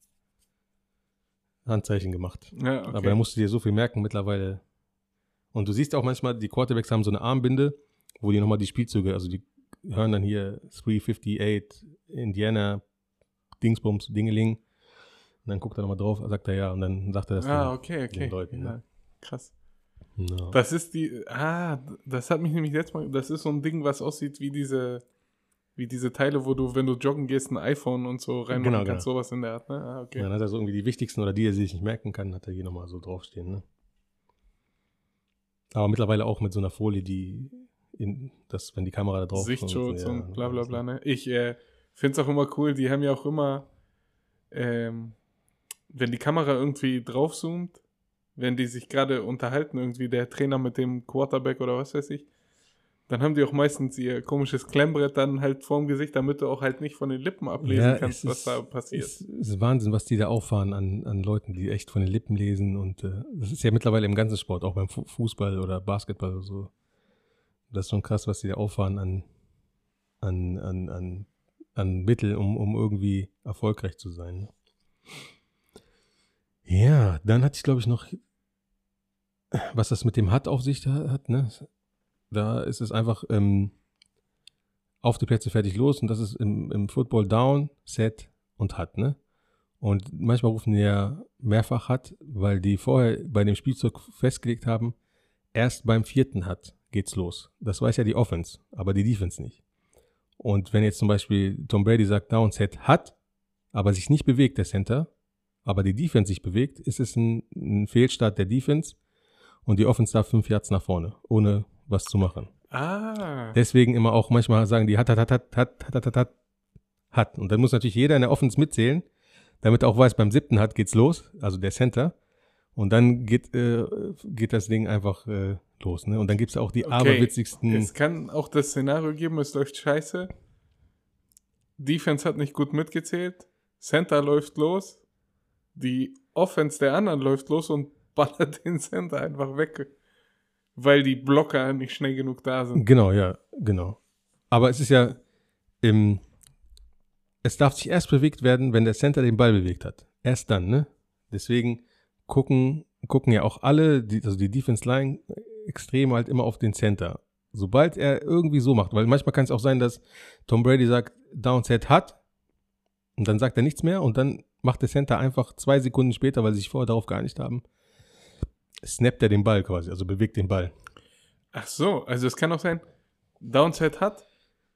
Handzeichen gemacht. Ja, okay. Aber da musst du dir so viel merken mittlerweile. Und du siehst auch manchmal, die Quarterbacks haben so eine Armbinde, wo die nochmal die Spielzüge, also die hören dann hier 358 Indiana Dingsbums Dingeling. Und dann guckt er nochmal drauf, sagt er ja, und dann sagt er das den Leuten. Ja, krass. No. Das ist das hat mich nämlich letztes Mal, das ist so ein Ding, was aussieht wie diese Teile, wo du, wenn du joggen gehst, ein iPhone und so reinmachen kannst, sowas in der Art, ne? Ah, okay. Und dann hat er so irgendwie die wichtigsten oder die er sich nicht merken kann, hat er hier nochmal so draufstehen, ne? Aber mittlerweile auch mit so einer Folie, die wenn die Kamera da drauf Sichtschutz kommt, und bla bla bla, ne? Ich finde es auch immer cool, die haben ja auch immer, wenn die Kamera irgendwie draufzoomt, wenn die sich gerade unterhalten, irgendwie der Trainer mit dem Quarterback oder was weiß ich, dann haben die auch meistens ihr komisches Klemmbrett dann halt vorm Gesicht, damit du auch halt nicht von den Lippen ablesen kannst, was da passiert. Es ist Wahnsinn, was die da auffahren an Leuten, die echt von den Lippen lesen und das ist ja mittlerweile im ganzen Sport, auch beim Fußball oder Basketball oder so. Das ist schon krass, was die da auffahren an Mittel, um irgendwie erfolgreich zu sein. Ne? Ja, dann hatte ich, glaube ich, noch, was das mit dem Hut auf sich hat, ne? Da ist es einfach auf die Plätze fertig los und das ist im Football Down, Set und Hut, ne? Und manchmal rufen die ja mehrfach Hut, weil die vorher bei dem Spielzeug festgelegt haben, erst beim 4. Hut geht's los. Das weiß ja die Offense, aber die Defense nicht. Und wenn jetzt zum Beispiel Tom Brady sagt Down, Set, Hut, aber sich nicht bewegt, der Center, aber die Defense sich bewegt, ist es ein Fehlstart der Defense und die Offense darf 5 Yards nach vorne, ohne was zu machen. Deswegen immer auch manchmal sagen die Hat. Und dann muss natürlich jeder in der Offense mitzählen, damit er auch weiß, beim 7. Hut geht's los, also der Center. Und dann geht das Ding einfach los. Ne? Und dann gibt's auch die aberwitzigsten. Es kann auch das Szenario geben, es läuft scheiße. Defense hat nicht gut mitgezählt. Center läuft los. die Offense der anderen läuft los und ballert den Center einfach weg, weil die Blocker nicht schnell genug da sind. Genau, ja, genau. Aber es ist ja, es darf sich erst bewegt werden, wenn der Center den Ball bewegt hat. Erst dann, ne? Deswegen gucken ja auch alle, also die Defense Line, extrem halt immer auf den Center. Sobald er irgendwie so macht, weil manchmal kann es auch sein, dass Tom Brady sagt, Downset hat, und dann sagt er nichts mehr und dann macht der Center einfach 2 Sekunden später, weil sie sich vorher darauf geeinigt haben, snappt er den Ball quasi, also bewegt den Ball. Ach so, also es kann auch sein, Downset hat,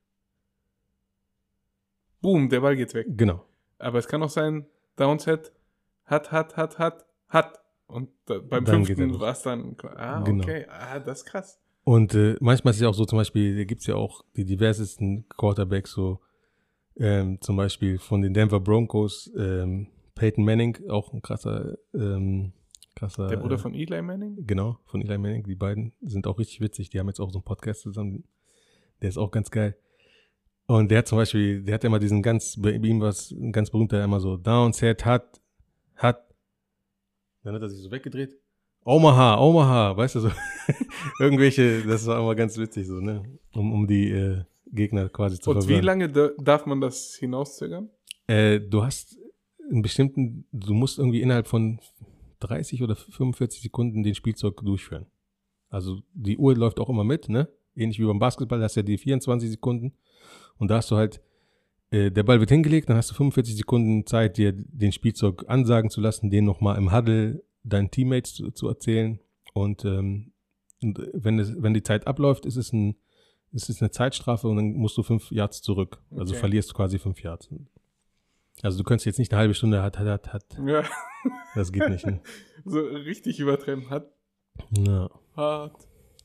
boom, der Ball geht weg. Genau. Aber es kann auch sein, Downset hat. Und beim Dann geht er 5. los. war es dann, Genau. okay, das ist krass. Und manchmal ist es ja auch so, zum Beispiel, da gibt es ja auch die diversesten Quarterbacks, so zum Beispiel von den Denver Broncos, Peyton Manning, auch ein krasser Der Bruder von Eli Manning? Genau, von Eli Manning, die beiden sind auch richtig witzig, die haben jetzt auch so einen Podcast zusammen, der ist auch ganz geil. Und der hat zum Beispiel, der hat immer diesen bei ihm was ein ganz berühmter, immer so, Downset hat, dann hat er sich so weggedreht, Omaha, weißt du, so irgendwelche, das war immer ganz witzig so, ne, um die Gegner quasi zu Und verwirren. wie lange darf man das hinauszögern? Du hast du musst irgendwie innerhalb von 30 oder 45 Sekunden den Spielzug durchführen. Also die Uhr läuft auch immer mit, ne? Ähnlich wie beim Basketball, da hast du ja die 24 Sekunden und da hast du halt, der Ball wird hingelegt, dann hast du 45 Sekunden Zeit, dir den Spielzug ansagen zu lassen, den nochmal im Huddle deinen Teammates zu erzählen und wenn die Zeit abläuft, ist es eine Zeitstrafe und dann musst du 5 Yards zurück. Also Okay. verlierst du quasi 5 Yards. Also du könntest jetzt nicht eine halbe Stunde hat. Ja, Das geht nicht. Ne? so richtig übertreiben. Ja. Hart.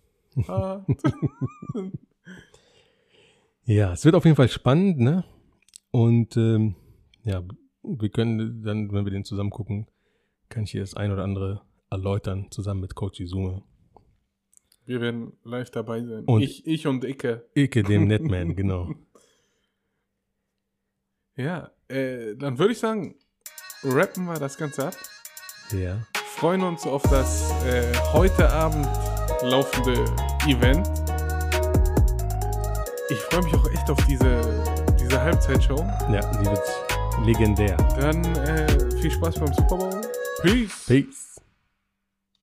Ja, es wird auf jeden Fall spannend, ne? Und ja, wir können dann, wenn wir den zusammen gucken, kann ich hier das ein oder andere erläutern, zusammen mit Coach Izume. Wir werden live dabei sein. Und- ich und Icke. Ike, dem Netman, genau. Ja, dann würde ich sagen, rappen wir das Ganze ab. Ja. Freuen uns auf das heute Abend laufende Event. Ich freue mich auch echt auf diese Halbzeitshow. Ja, die wird legendär. Dann viel Spaß beim Super Bowl. Peace. Peace.